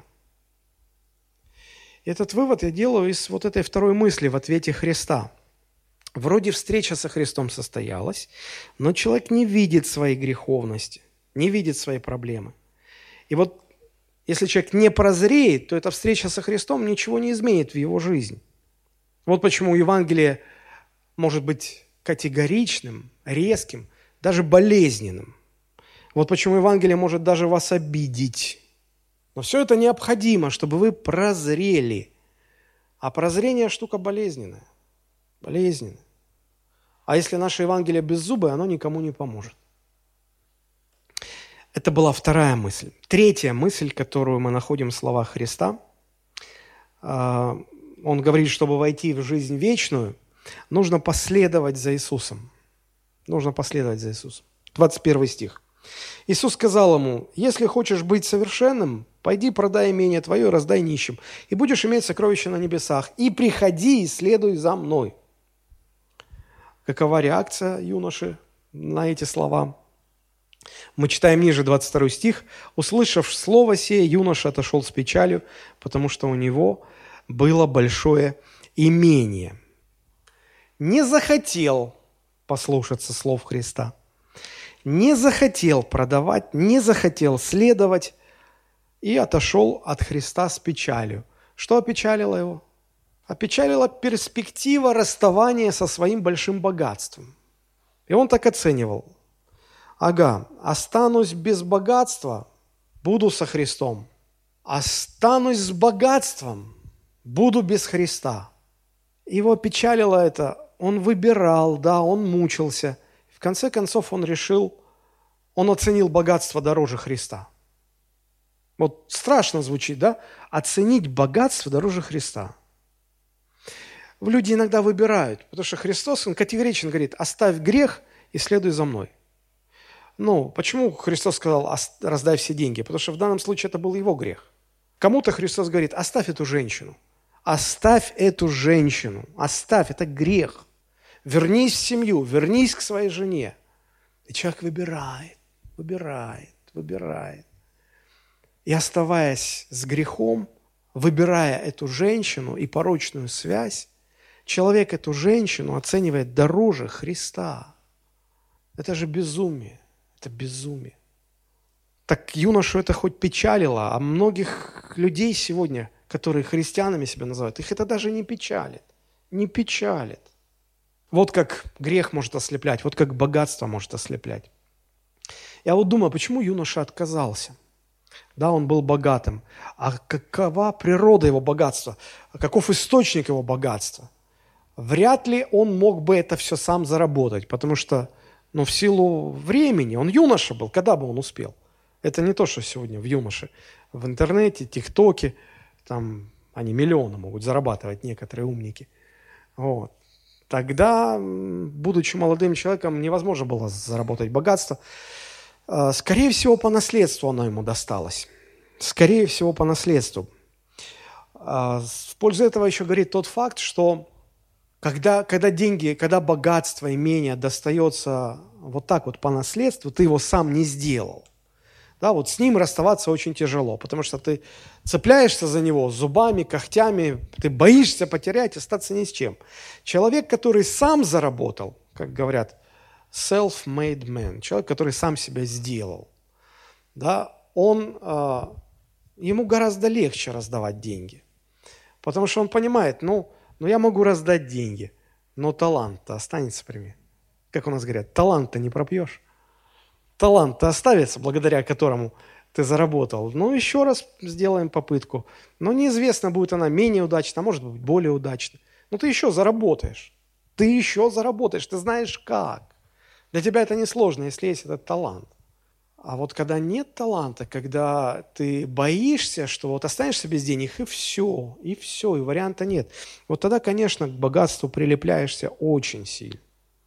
Этот вывод я делаю из вот этой второй мысли в ответе Христа. Вроде встреча со Христом состоялась, но человек не видит своей греховности, не видит своей проблемы. И вот если человек не прозреет, то эта встреча со Христом ничего не изменит в его жизни. Вот почему Евангелие может быть категоричным, резким, даже болезненным. Вот почему Евангелие может даже вас обидеть. Но все это необходимо, чтобы вы прозрели. А прозрение – штука болезненная. Болезненная. А если наше Евангелие беззубое, оно никому не поможет. Это была вторая мысль. Третья мысль, которую мы находим в словах Христа. Он говорит, чтобы войти в жизнь вечную, нужно последовать за Иисусом. Нужно последовать за Иисусом. 21 стих. Иисус сказал ему: «Если хочешь быть совершенным, пойди продай имение твое и раздай нищим, и будешь иметь сокровища на небесах, и приходи и следуй за мной». Какова реакция юноши на эти слова? Мы читаем ниже 22 стих. «Услышав слово сие, юноша отошел с печалью, потому что у него было большое имение». Не захотел послушаться слов Христа, не захотел продавать, не захотел следовать и отошел от Христа с печалью. Что опечалило его? опечалила перспектива расставания со своим большим богатством. И он так оценивал. Ага, останусь без богатства, буду со Христом. Останусь с богатством, буду без Христа. Его печалило это. Он выбирал, да, он мучился. В конце концов он решил, он оценил богатство дороже Христа. Вот страшно звучит, да? Оценить богатство дороже Христа. Люди иногда выбирают, потому что Христос, Он категорично говорит, оставь грех и следуй за мной. Ну, почему Христос сказал, раздай все деньги? Потому что в данном случае это был его грех. Кому-то Христос говорит, оставь эту женщину. Оставь эту женщину. Оставь, это грех. Вернись в семью, вернись к своей жене. И человек выбирает. И оставаясь с грехом, выбирая эту женщину и порочную связь, человек эту женщину оценивает дороже Христа. Это же безумие. Это безумие. Так юношу это хоть печалило, а многих людей сегодня, которые христианами себя называют, их это даже не печалит. Не печалит. Вот как грех может ослеплять, вот как богатство может ослеплять. Я вот думаю, почему юноша отказался? Да, он был богатым. А какова природа его богатства? Каков источник его богатства? Вряд ли он мог бы это все сам заработать, потому что, в силу времени, он юноша был, когда бы он успел? Это не то, что сегодня в юноше. В интернете, ТикТоке, там они миллионы могут зарабатывать, некоторые умники. Вот. Тогда, будучи молодым человеком, невозможно было заработать богатство. Скорее всего, по наследству оно ему досталось. Скорее всего, по наследству. В пользу этого еще говорит тот факт, что когда деньги, когда богатство, имение достается вот так вот по наследству, ты его сам не сделал. Да, вот с ним расставаться очень тяжело, потому что ты цепляешься за него зубами, когтями, ты боишься потерять, остаться ни с чем. Человек, который сам заработал, как говорят, self-made man, человек, который сам себя сделал, да, ему гораздо легче раздавать деньги, потому что он понимает, я могу раздать деньги, но талант-то останется при мне. Как у нас говорят, талант-то не пропьешь. Талант-то оставится, благодаря которому ты заработал. Еще раз сделаем попытку. Но неизвестно, будет она менее удачна, а может быть более удачна. Но ты еще заработаешь. Ты знаешь как. Для тебя это несложно, если есть этот талант. А вот когда нет таланта, когда ты боишься, что вот останешься без денег, и все, и варианта нет. Вот тогда, конечно, к богатству прилепляешься очень сильно.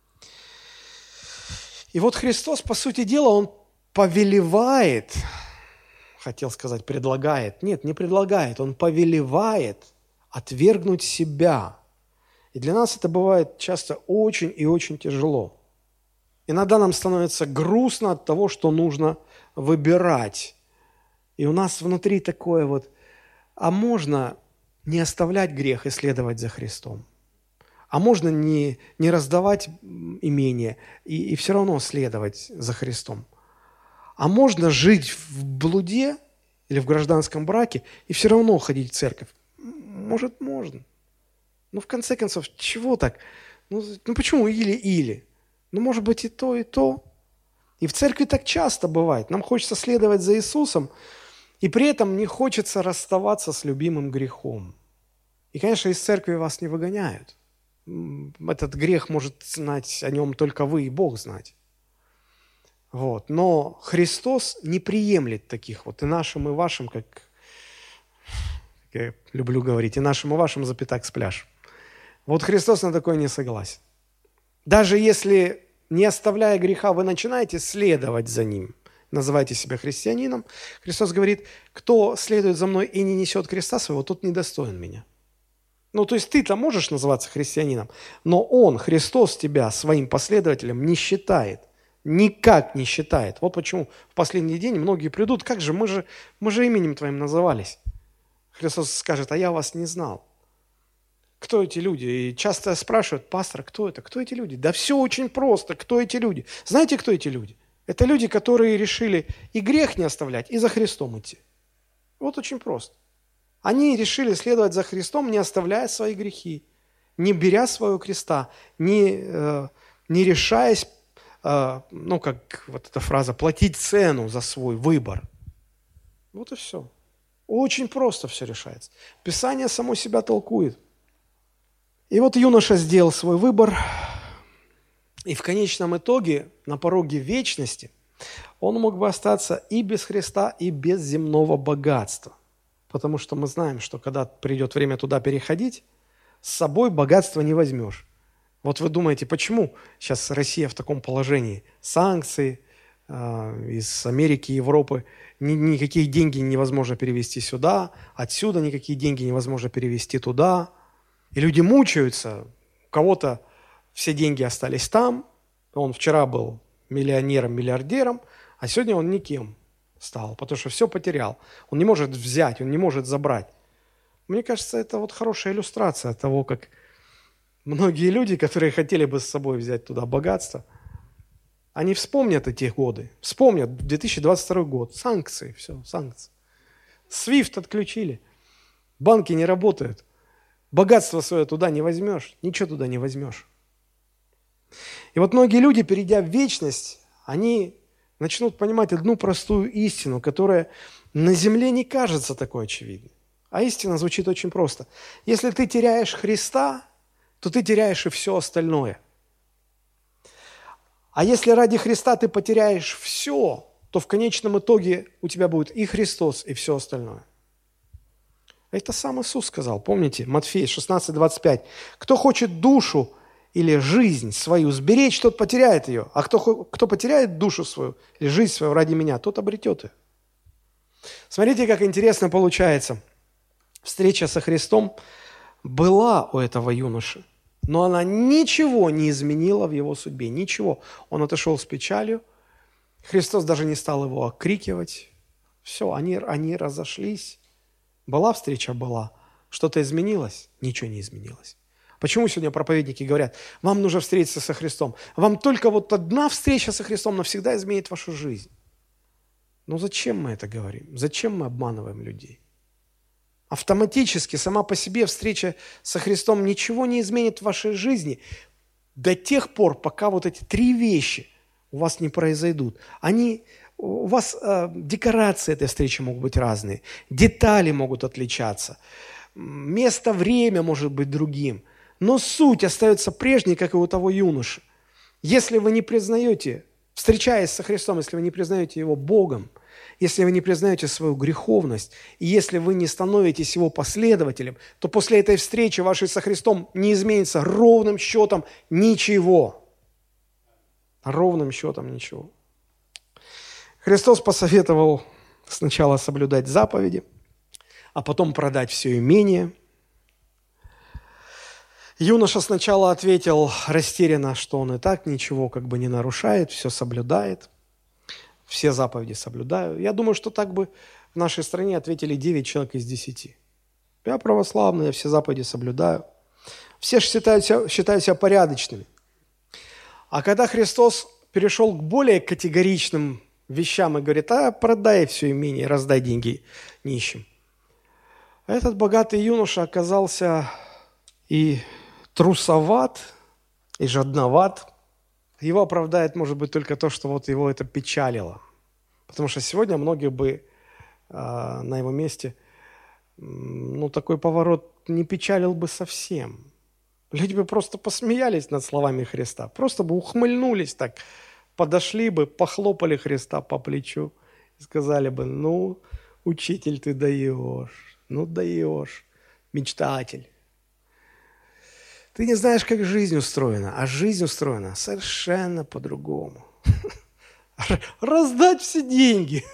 И вот Христос, по сути дела, Он повелевает, хотел сказать, предлагает. Нет, не предлагает, Он повелевает отвергнуть себя. И для нас это бывает часто очень и очень тяжело. Иногда нам становится грустно от того, что нужно выбирать. И у нас внутри такое вот, а можно не оставлять грех и следовать за Христом? А можно не раздавать имение и все равно следовать за Христом? А можно жить в блуде или в гражданском браке и все равно ходить в церковь? Может, можно. В конце концов, чего так? Почему или? Может быть, и то, и то. И в церкви так часто бывает. Нам хочется следовать за Иисусом, и при этом не хочется расставаться с любимым грехом. И, конечно, из церкви вас не выгоняют. Этот грех может знать о нем только вы и Бог знать. Вот. Но Христос не приемлет таких вот и нашим, и вашим, как я люблю говорить, и нашим, и вашим запятак спляшем. Вот Христос на такое не согласен. Даже если, не оставляя греха, вы начинаете следовать за Ним, называете себя христианином, Христос говорит, кто следует за мной и не несет креста своего, тот недостоин меня. То есть ты-то можешь называться христианином, но Он, Христос, тебя своим последователем не считает. Никак не считает. Вот почему в последний день многие придут, как же, мы же именем Твоим назывались. Христос скажет, а я вас не знал. Кто эти люди? И часто спрашивают, пастор, кто это? Кто эти люди? Да все очень просто, кто эти люди? Знаете, кто эти люди? Это люди, которые решили и грех не оставлять, и за Христом идти. Вот очень просто. Они решили следовать за Христом, не оставляя свои грехи, не беря своего креста, не решаясь, как вот эта фраза, платить цену за свой выбор. Вот и все. Очень просто все решается. Писание само себя толкует. И вот юноша сделал свой выбор, и в конечном итоге, на пороге вечности, он мог бы остаться и без Христа, и без земного богатства. Потому что мы знаем, что когда придет время туда переходить, с собой богатство не возьмешь. Вот вы думаете, почему сейчас Россия в таком положении? Санкции из Америки, Европы, никакие деньги невозможно перевести сюда, отсюда никакие деньги невозможно перевести туда. И люди мучаются, у кого-то все деньги остались там, он вчера был миллионером, миллиардером, а сегодня он никем стал, потому что все потерял. Он не может взять, он не может забрать. Мне кажется, это вот хорошая иллюстрация того, как многие люди, которые хотели бы с собой взять туда богатство, они вспомнят эти годы, вспомнят 2022 год, санкции, все, санкции. SWIFT отключили, банки не работают, богатство свое туда не возьмешь, ничего туда не возьмешь. И вот многие люди, перейдя в вечность, они начнут понимать одну простую истину, которая на земле не кажется такой очевидной. А истина звучит очень просто. Если ты теряешь Христа, то ты теряешь и все остальное. А если ради Христа ты потеряешь все, то в конечном итоге у тебя будет и Христос, и все остальное. Это сам Иисус сказал. Помните, Матфея 16:25. Кто хочет душу или жизнь свою сберечь, тот потеряет ее. А кто потеряет душу свою или жизнь свою ради меня, тот обретет ее. Смотрите, как интересно получается. Встреча со Христом была у этого юноши, но она ничего не изменила в его судьбе, ничего. Он отошел с печалью, Христос даже не стал его окрикивать. Все, они разошлись. Была встреча? Была. Что-то изменилось? Ничего не изменилось. Почему сегодня проповедники говорят, вам нужно встретиться со Христом? Вам только вот одна встреча со Христом навсегда изменит вашу жизнь. Но зачем мы это говорим? Зачем мы обманываем людей? Автоматически, сама по себе встреча со Христом ничего не изменит в вашей жизни до тех пор, пока вот эти три вещи у вас не произойдут. У вас декорации этой встречи могут быть разные, детали могут отличаться, место, время может быть другим, но суть остается прежней, как и у того юноши. Если вы не признаете, встречаясь со Христом, если вы не признаете Его Богом, если вы не признаете свою греховность, и если вы не становитесь Его последователем, то после этой встречи вашей со Христом не изменится ровным счетом ничего. Ровным счетом ничего. Христос посоветовал сначала соблюдать заповеди, а потом продать все имение. Юноша сначала ответил растерянно, что он и так ничего как бы не нарушает, все соблюдает, все заповеди соблюдаю. Я думаю, что так бы в нашей стране ответили 9 человек из 10. Я православный, я все заповеди соблюдаю. Все считают себя порядочными. А когда Христос перешел к более категоричным вещам и говорит, продай все имение, раздай деньги нищим. Этот богатый юноша оказался и трусоват, и жадноват. Его оправдает, может быть, только то, что вот его это печалило. Потому что сегодня многих бы на его месте, такой поворот не печалил бы совсем. Люди бы просто посмеялись над словами Христа, просто бы ухмыльнулись так, подошли бы, похлопали Христа по плечу и сказали бы, учитель, ты даешь, мечтатель. Ты не знаешь, как жизнь устроена, а жизнь устроена совершенно по-другому. Раздать все деньги.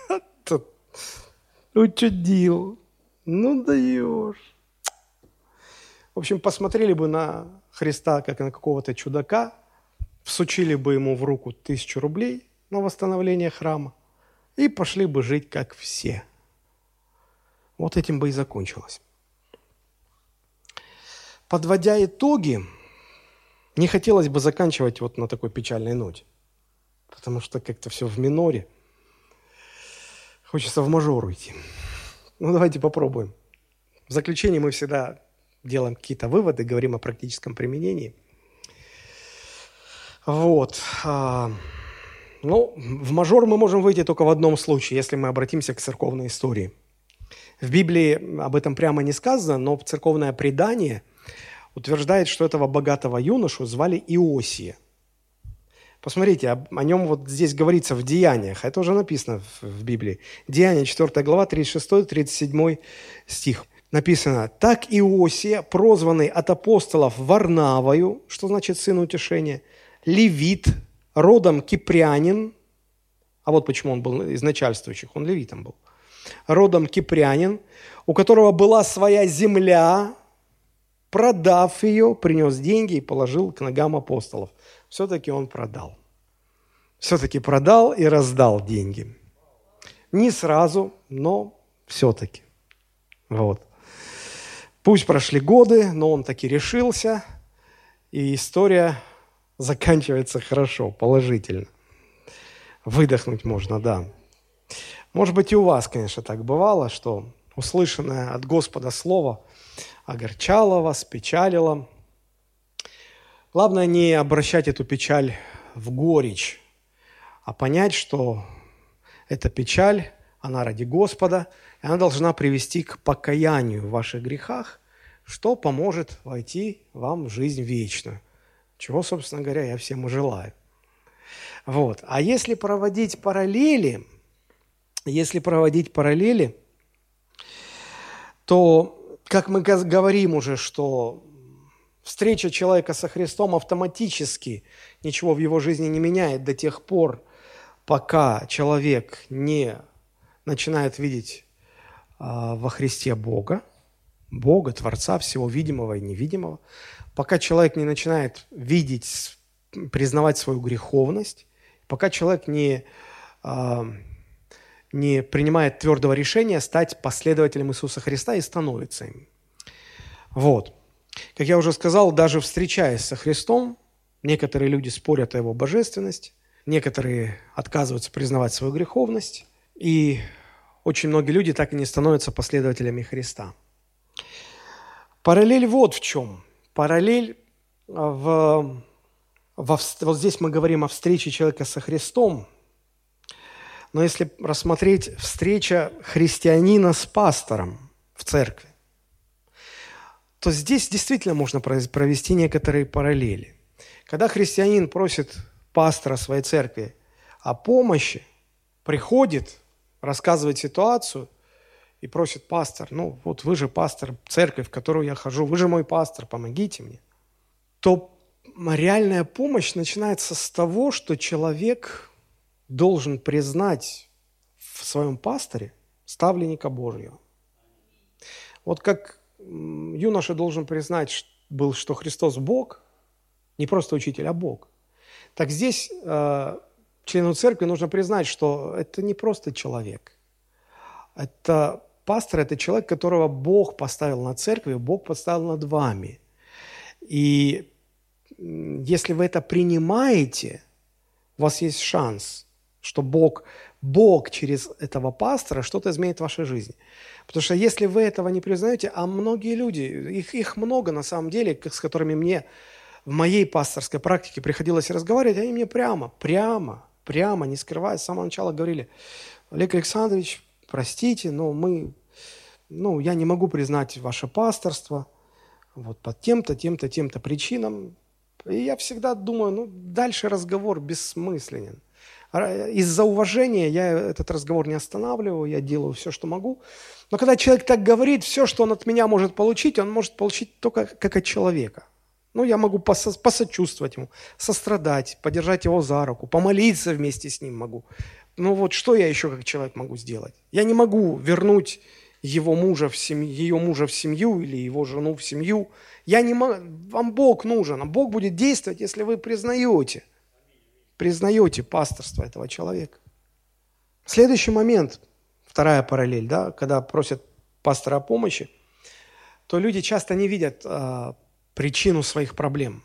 Учудил. Даешь. В общем, посмотрели бы на Христа, как на какого-то чудака, всучили бы ему в руку 1000 рублей на восстановление храма и пошли бы жить, как все. Вот этим бы и закончилось. Подводя итоги, не хотелось бы заканчивать вот на такой печальной ноте, потому что как-то все в миноре. Хочется в мажор уйти. Давайте попробуем. В заключение мы всегда делаем какие-то выводы, говорим о практическом применении. Вот. Ну, в мажор мы можем выйти только в одном случае, если мы обратимся к церковной истории. В Библии об этом прямо не сказано, но церковное предание утверждает, что этого богатого юношу звали Иосия. Посмотрите, о нем вот здесь говорится в Деяниях, это уже написано в Библии. Деяния, 4 глава, 36-37 стих. Написано: «Так Иосия, прозванный от апостолов Варнавою», что значит сын утешения, левит, родом кипрянин, а вот почему он был из начальствующих, он левитом был, родом кипрянин, у которого была своя земля, продав ее, принес деньги и положил к ногам апостолов. Все-таки он продал. Все-таки продал и раздал деньги. Не сразу, но все-таки. Вот. Пусть прошли годы, но он таки решился, и история заканчивается хорошо, положительно. Выдохнуть можно, да. Может быть, и у вас, конечно, так бывало, что услышанное от Господа слово огорчало вас, печалило. Главное не обращать эту печаль в горечь, а понять, что эта печаль, она ради Господа, и она должна привести к покаянию в ваших грехах, что поможет войти вам в жизнь вечную. Чего, собственно говоря, я всем и желаю. Вот. А если проводить параллели, то, как мы говорим уже, что встреча человека со Христом автоматически ничего в его жизни не меняет до тех пор, пока человек не начинает видеть во Христе Бога, Творца всего видимого и невидимого, пока человек не начинает видеть, признавать свою греховность, пока человек не принимает твердого решения стать последователем Иисуса Христа и становится им. Вот. Как я уже сказал, даже встречаясь со Христом, некоторые люди спорят о Его божественности, некоторые отказываются признавать свою греховность, и очень многие люди так и не становятся последователями Христа. Параллель вот в чем. Параллель вот здесь мы говорим о встрече человека со Христом, но если рассмотреть встреча христианина с пастором в церкви, то здесь действительно можно провести некоторые параллели. Когда христианин просит пастора своей церкви о помощи, приходит, рассказывает ситуацию и просит: пастор, ну вот вы же пастор церкви, в которую я хожу, вы же мой пастор, помогите мне, то реальная помощь начинается с того, что человек должен признать в своем пасторе ставленника Божьего. Вот как юноша должен признать был, что Христос Бог, не просто учитель, а Бог. Так здесь члену церкви нужно признать, что это не просто человек. Это пастор, это человек, которого Бог поставил над церковью, Бог поставил над вами. И если вы это принимаете, у вас есть шанс, что Бог через этого пастора что-то изменит в вашей жизни. Потому что если вы этого не признаете, а многие люди, их много на самом деле, с которыми мне в моей пасторской практике приходилось разговаривать, они мне прямо, не скрывая, с самого начала говорили: Олег Александрович, простите, но я не могу признать ваше пасторство вот по тем-то причинам. И я всегда думаю, дальше разговор бессмысленен. Из-за уважения я этот разговор не останавливаю, я делаю все, что могу. Но когда человек так говорит, все, что он от меня может получить, он может получить только как от человека. Я могу посочувствовать ему, сострадать, подержать его за руку, помолиться вместе с ним могу. Что я еще как человек могу сделать? Я не могу вернуть ее мужа в семью или его жену в семью. Я не могу. Вам Бог нужен, а Бог будет действовать, если вы признаете пасторство этого человека. Следующий момент, вторая параллель, да, когда просят пастора о помощи, то люди часто не видят причину своих проблем.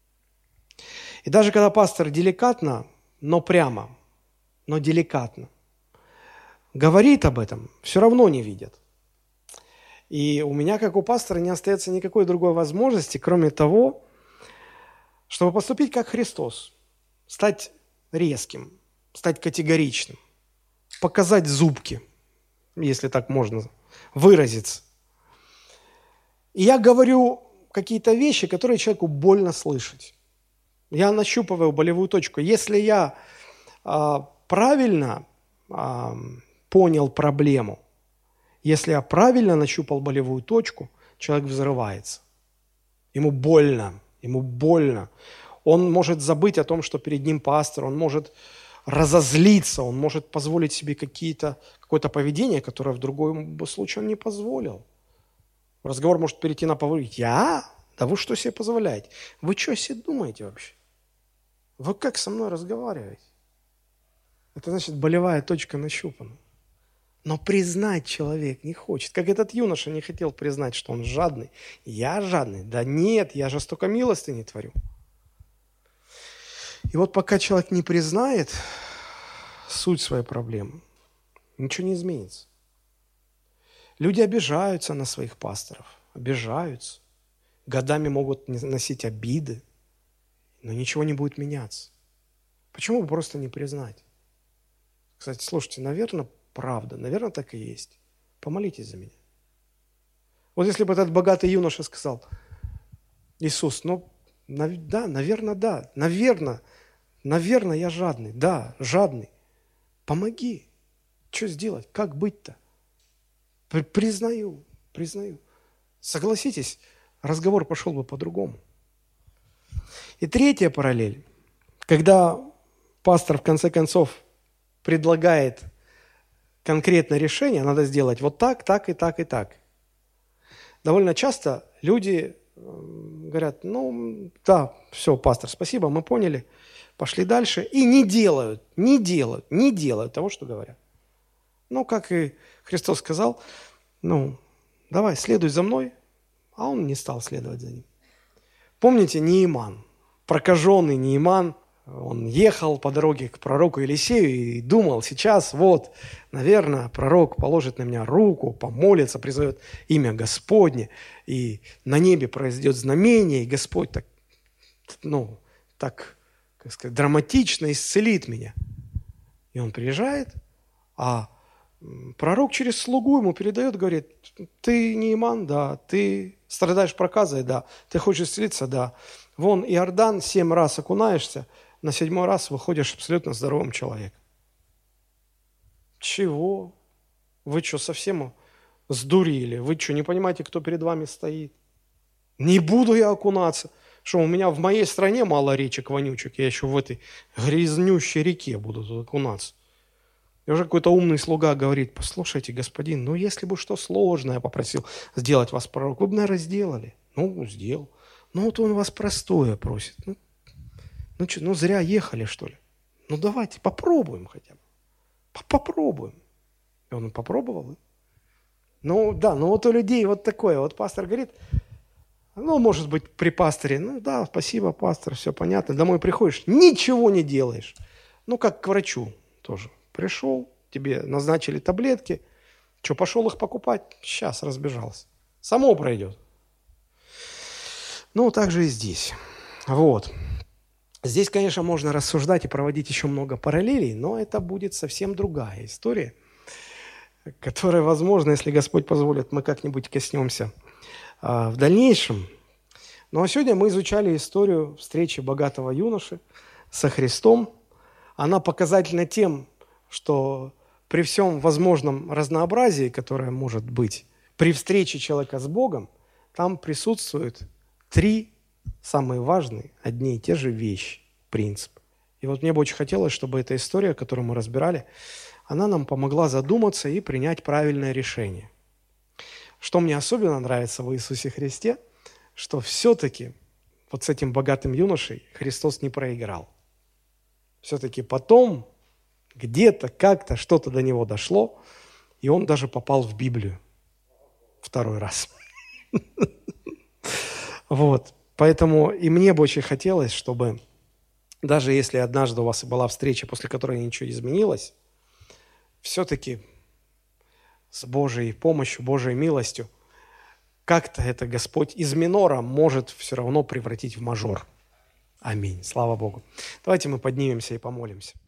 И даже когда пастор деликатно, но прямо, но деликатно говорит об этом, все равно не видят. И у меня, как у пастора, не остается никакой другой возможности, кроме того, чтобы поступить как Христос, стать резким, стать категоричным, показать зубки, если так можно выразиться. И я говорю какие-то вещи, которые человеку больно слышать. Я нащупываю болевую точку. Если я правильно понял проблему, если я правильно нащупал болевую точку, человек взрывается. Ему больно, ему больно. Он может забыть о том, что перед ним пастор, он может разозлиться, он может позволить себе какое-то поведение, которое в другом случае он не позволил. Разговор может перейти на поводок. Я? Да вы что себе позволяете? Вы что себе думаете вообще? Вы как со мной разговариваете? Это значит, болевая точка нащупана. Но признать человек не хочет. Как этот юноша не хотел признать, что он жадный. Я жадный? Да нет, я же столько милостыни творю. И вот пока человек не признает суть своей проблемы, ничего не изменится. Люди обижаются на своих пасторов, обижаются. Годами могут носить обиды, но ничего не будет меняться. Почему бы просто не признать? Кстати, слушайте, наверное, правда, наверное, так и есть. Помолитесь за меня. Вот если бы этот богатый юноша сказал: Иисус, да, наверное, я жадный, да, жадный. Помоги. Что сделать? Как быть-то? Признаю. Согласитесь, разговор пошел бы по-другому. И третья параллель. Когда пастор в конце концов предлагает конкретное решение, надо сделать вот так, так и так и так. Довольно часто люди говорят: да, все, пастор, спасибо, мы поняли, пошли дальше. И не делают того, что говорят. Как и Христос сказал, давай, следуй за мной, а он не стал следовать за ним. Помните Нееман, прокаженный Нееман, он ехал по дороге к пророку Елисею и думал: сейчас наверное, пророк положит на меня руку, помолится, призовет имя Господне, и на небе произойдет знамение, и Господь так, как сказать, драматично исцелит меня. И он приезжает, а пророк через слугу ему передает, говорит: ты Нееман, да, ты страдаешь проказой, да, ты хочешь исцелиться, да. Вон Иордан 7 раз окунаешься, на 7-й раз выходишь абсолютно здоровым человеком. Чего? Вы что, совсем сдурели? Вы что, не понимаете, кто перед вами стоит? Не буду я окунаться. Что, у меня в моей стране мало речек вонючек, я еще в этой грязнющей реке буду тут окунаться. И уже какой-то умный слуга говорит: послушайте, господин, если бы что сложное попросил сделать вас пророк, вы бы, наверное, сделали. Сделал. Он вас простое просит. Зря ехали, что ли? Давайте, попробуем хотя бы. Попробуем. И он попробовал. У людей вот такое. Вот пастор говорит, может быть, при пасторе, да, спасибо, пастор, все понятно. Домой приходишь, ничего не делаешь. Как к врачу тоже. Пришел, тебе назначили таблетки. Что, пошел их покупать? Сейчас разбежался. Само пройдет. Так же и здесь. Здесь, конечно, можно рассуждать и проводить еще много параллелей, но это будет совсем другая история, которая, возможно, если Господь позволит, мы как-нибудь коснемся в дальнейшем. А сегодня мы изучали историю встречи богатого юноши со Христом. Она показательна тем, что при всем возможном разнообразии, которое может быть при встрече человека с Богом, там присутствуют 3 самые важные, одни и те же вещи, принцип. И мне бы очень хотелось, чтобы эта история, которую мы разбирали, она нам помогла задуматься и принять правильное решение. Что мне особенно нравится в Иисусе Христе, что все-таки с этим богатым юношей Христос не проиграл. Все-таки потом где-то, как-то, что-то до него дошло, и он даже попал в Библию 2-й раз. Поэтому и мне бы очень хотелось, чтобы даже если однажды у вас и была встреча, после которой ничего не изменилось, все-таки с Божьей помощью, Божьей милостью как-то это Господь из минора может все равно превратить в мажор. Аминь. Слава Богу. Давайте мы поднимемся и помолимся.